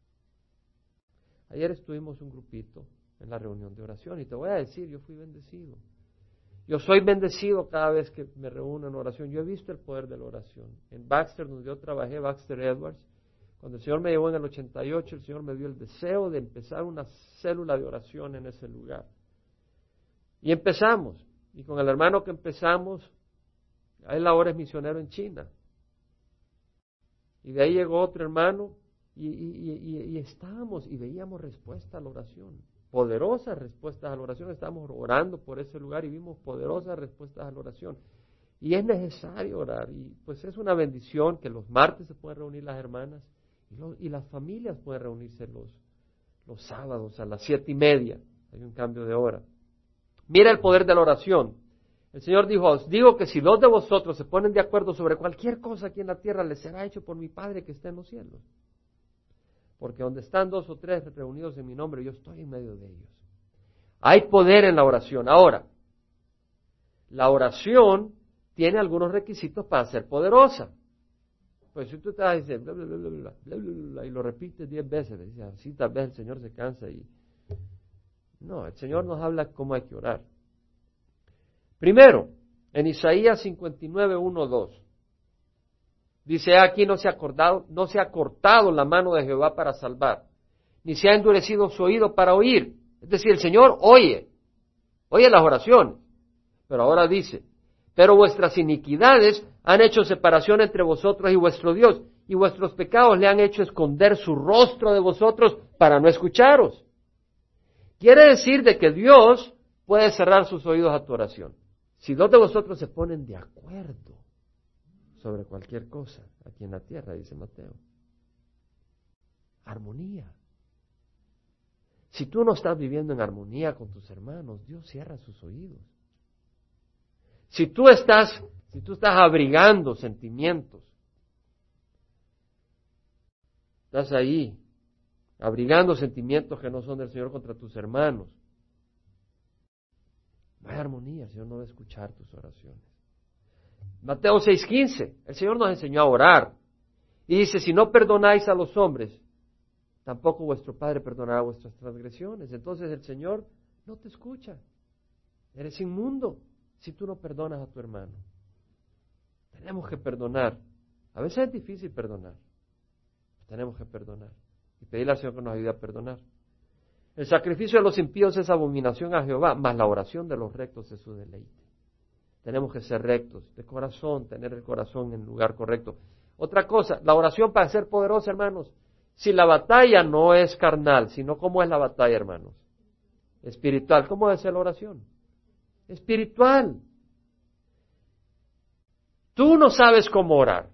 Ayer estuvimos un grupito en la reunión de oración y te voy a decir, yo fui bendecido. Yo soy bendecido cada vez que me reúno en oración. Yo he visto el poder de la oración. En Baxter, donde yo trabajé, Baxter Edwards, cuando el Señor me llevó en el ochenta y ocho, el Señor me dio el deseo de empezar una célula de oración en ese lugar. Y empezamos. Y con el hermano que empezamos, él ahora es misionero en China. Y de ahí llegó otro hermano y, y, y, y estábamos y veíamos respuesta a la oración. Poderosas respuestas a la oración. Estábamos orando por ese lugar y vimos poderosas respuestas a la oración. Y es necesario orar. Y pues es una bendición que los martes se pueden reunir las hermanas y, los, y las familias pueden reunirse los, los sábados a las siete y media. Hay un cambio de hora. Mira el poder de la oración. El Señor dijo, os digo que si dos de vosotros se ponen de acuerdo sobre cualquier cosa aquí en la tierra, les será hecho por mi Padre que está en los cielos. Porque donde están dos o tres reunidos en mi nombre, yo estoy en medio de ellos. Hay poder en la oración. Ahora, la oración tiene algunos requisitos para ser poderosa. Pues si tú estás diciendo, bla, bla, bla, bla, bla, bla, bla, y lo repites diez veces, le dices, así tal vez el Señor se cansa y... No, el Señor nos habla cómo hay que orar. Primero, en Isaías cincuenta y nueve, uno, dos, dice, aquí no se ha acordado, no se ha cortado la mano de Jehová para salvar, ni se ha endurecido su oído para oír. Es decir, el Señor oye, oye las oraciones, pero ahora dice, pero vuestras iniquidades han hecho separación entre vosotros y vuestro Dios, y vuestros pecados le han hecho esconder su rostro de vosotros para no escucharos. Quiere decir de que Dios puede cerrar sus oídos a tu oración. Si dos de vosotros se ponen de acuerdo sobre cualquier cosa aquí en la tierra, dice Mateo. Armonía. Si tú no estás viviendo en armonía con tus hermanos, Dios cierra sus oídos. Si tú estás, si tú estás abrigando sentimientos, estás ahí, abrigando sentimientos que no son del Señor contra tus hermanos, no hay armonía, el Señor no va a escuchar tus oraciones. Mateo seis quince, el Señor nos enseñó a orar. Y dice, si no perdonáis a los hombres, tampoco vuestro Padre perdonará vuestras transgresiones. Entonces el Señor no te escucha. Eres inmundo si tú no perdonas a tu hermano. Tenemos que perdonar. A veces es difícil perdonar. Tenemos que perdonar. Y pedirle al Señor que nos ayude a perdonar. El sacrificio de los impíos es abominación a Jehová, mas la oración de los rectos es su deleite. Tenemos que ser rectos, de corazón, tener el corazón en el lugar correcto. Otra cosa, la oración para ser poderosa, hermanos, si la batalla no es carnal, sino ¿cómo es la batalla, hermanos? Espiritual. ¿Cómo debe ser la oración? Espiritual. Tú no sabes cómo orar.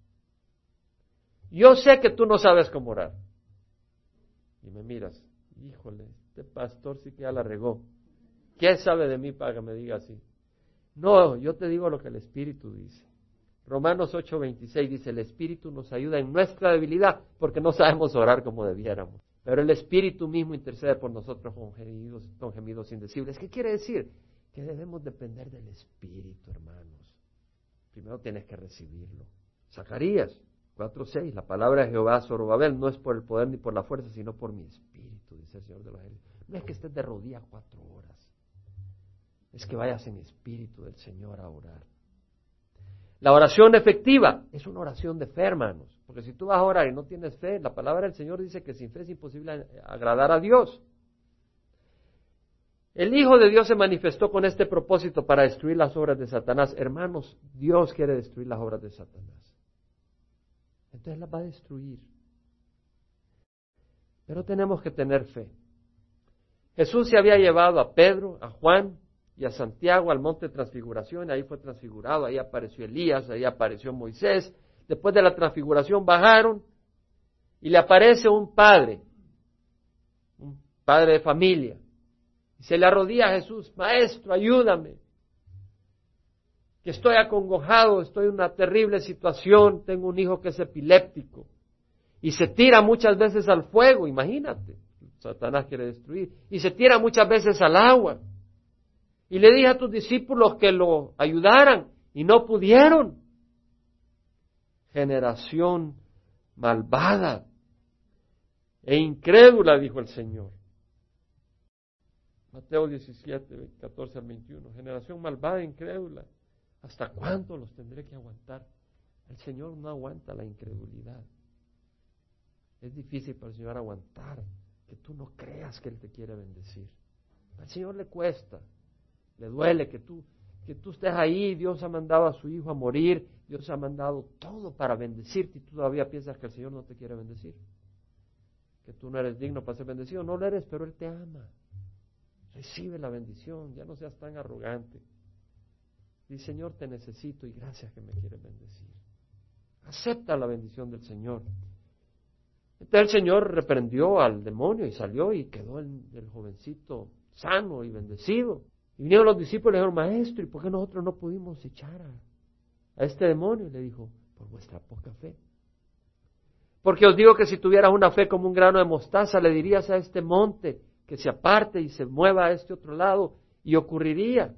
Yo sé que tú no sabes cómo orar. Y me miras. Híjole, este pastor sí que ya la regó. ¿Qué sabe de mí para que me diga así? No, yo te digo lo que el Espíritu dice. Romanos ocho veintiséis dice, el Espíritu nos ayuda en nuestra debilidad porque no sabemos orar como debiéramos. Pero el Espíritu mismo intercede por nosotros con gemidos, con gemidos indecibles. ¿Qué quiere decir? Que debemos depender del Espíritu, hermanos. Primero tienes que recibirlo. Zacarías cuatro seis, la palabra de Jehová Zorobabel no es por el poder ni por la fuerza, sino por mi Espíritu, dice el Señor de los ejércitos. No es que estés de rodillas cuatro horas. Es que vayas en espíritu del Señor a orar. La oración efectiva es una oración de fe, hermanos. Porque si tú vas a orar y no tienes fe, la palabra del Señor dice que sin fe es imposible agradar a Dios. El Hijo de Dios se manifestó con este propósito para destruir las obras de Satanás. Hermanos, Dios quiere destruir las obras de Satanás. Entonces las va a destruir. Pero tenemos que tener fe. Jesús se había llevado a Pedro, a Juan y a Santiago al monte de transfiguración. Ahí fue transfigurado, ahí apareció Elías, ahí apareció Moisés. Después de la transfiguración bajaron y le aparece un padre, un padre de familia. Y se le arrodilla a Jesús: Maestro, ayúdame, que estoy acongojado, estoy en una terrible situación, tengo un hijo que es epiléptico y se tira muchas veces al fuego, imagínate, Satanás quiere destruir, y se tira muchas veces al agua. Y le dije a tus discípulos que lo ayudaran y no pudieron. Generación malvada e incrédula, dijo el Señor. Mateo diecisiete, catorce al veintiuno. Generación malvada e incrédula. ¿Hasta cuándo los tendré que aguantar? El Señor no aguanta la incredulidad. Es difícil para el Señor aguantar que tú no creas que Él te quiere bendecir. Al Señor le cuesta, le duele que tú, que tú estés ahí. Dios ha mandado a su Hijo a morir, Dios ha mandado todo para bendecirte y tú todavía piensas que el Señor no te quiere bendecir, que tú no eres digno para ser bendecido. No lo eres, pero Él te ama. Recibe la bendición, ya no seas tan arrogante. Dice: Señor, te necesito y gracias que me quieres bendecir. Acepta la bendición del Señor. Entonces el Señor reprendió al demonio y salió y quedó el, el jovencito sano y bendecido. Y vinieron los discípulos y le dijeron: Maestro, ¿y por qué nosotros no pudimos echar a, a este demonio? Y le dijo: por vuestra poca fe. Porque os digo que si tuvieras una fe como un grano de mostaza, le dirías a este monte que se aparte y se mueva a este otro lado, y ocurriría.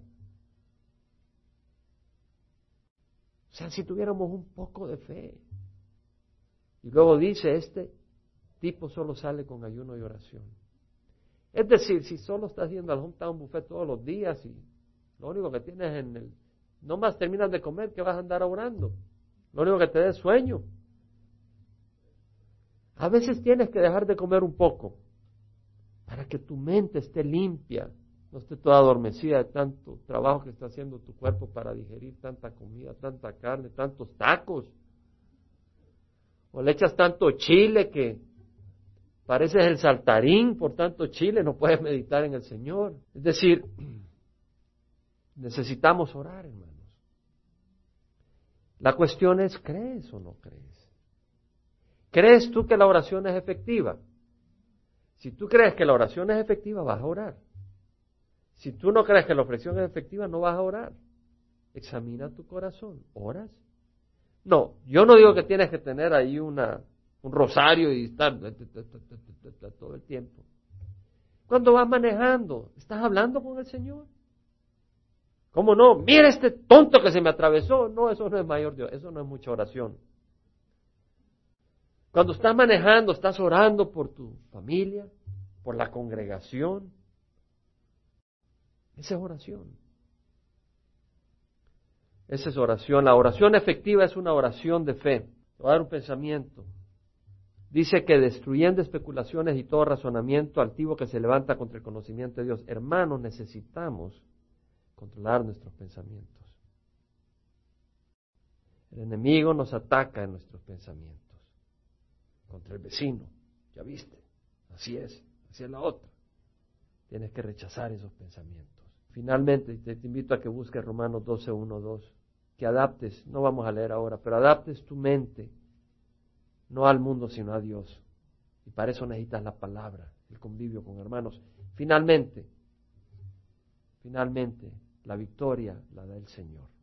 O sea, si tuviéramos un poco de fe. Y luego dice: este tipo solo sale con ayuno y oración. Es decir, si solo estás yendo al hometown buffet todos los días y lo único que tienes en el... no más terminas de comer, que vas a andar orando. Lo único que te dé sueño. A veces tienes que dejar de comer un poco para que tu mente esté limpia, no esté toda adormecida de tanto trabajo que está haciendo tu cuerpo para digerir tanta comida, tanta carne, tantos tacos. O le echas tanto chile que pareces el saltarín por tanto chile, no puedes meditar en el Señor. Es decir, necesitamos orar, hermanos. La cuestión es: ¿crees o no crees? ¿Crees tú que la oración es efectiva? Si tú crees que la oración es efectiva, vas a orar. Si tú no crees que la oración es efectiva, no vas a orar. Examina tu corazón. ¿Oras? No, yo no digo que tienes que tener ahí una, un rosario y estar todo el tiempo. Cuando vas manejando, ¿estás hablando con el Señor? ¿Cómo no? Mira este tonto que se me atravesó. No, eso no es mayor Dios, eso no es mucha oración. Cuando estás manejando, estás orando por tu familia, por la congregación. Esa es oración. Esa es oración. La oración efectiva es una oración de fe. Te voy a dar un pensamiento. Dice que destruyendo especulaciones y todo razonamiento altivo que se levanta contra el conocimiento de Dios. Hermanos, necesitamos controlar nuestros pensamientos. El enemigo nos ataca en nuestros pensamientos. Contra el vecino, ya viste, así es, así es la otra. Tienes que rechazar esos pensamientos. Finalmente, te, te invito a que busques Romanos doce, uno, dos, que adaptes, no vamos a leer ahora, pero adaptes tu mente, no al mundo, sino a Dios. Y para eso necesitas la palabra, el convivio con hermanos. Finalmente, finalmente, la victoria la da el Señor.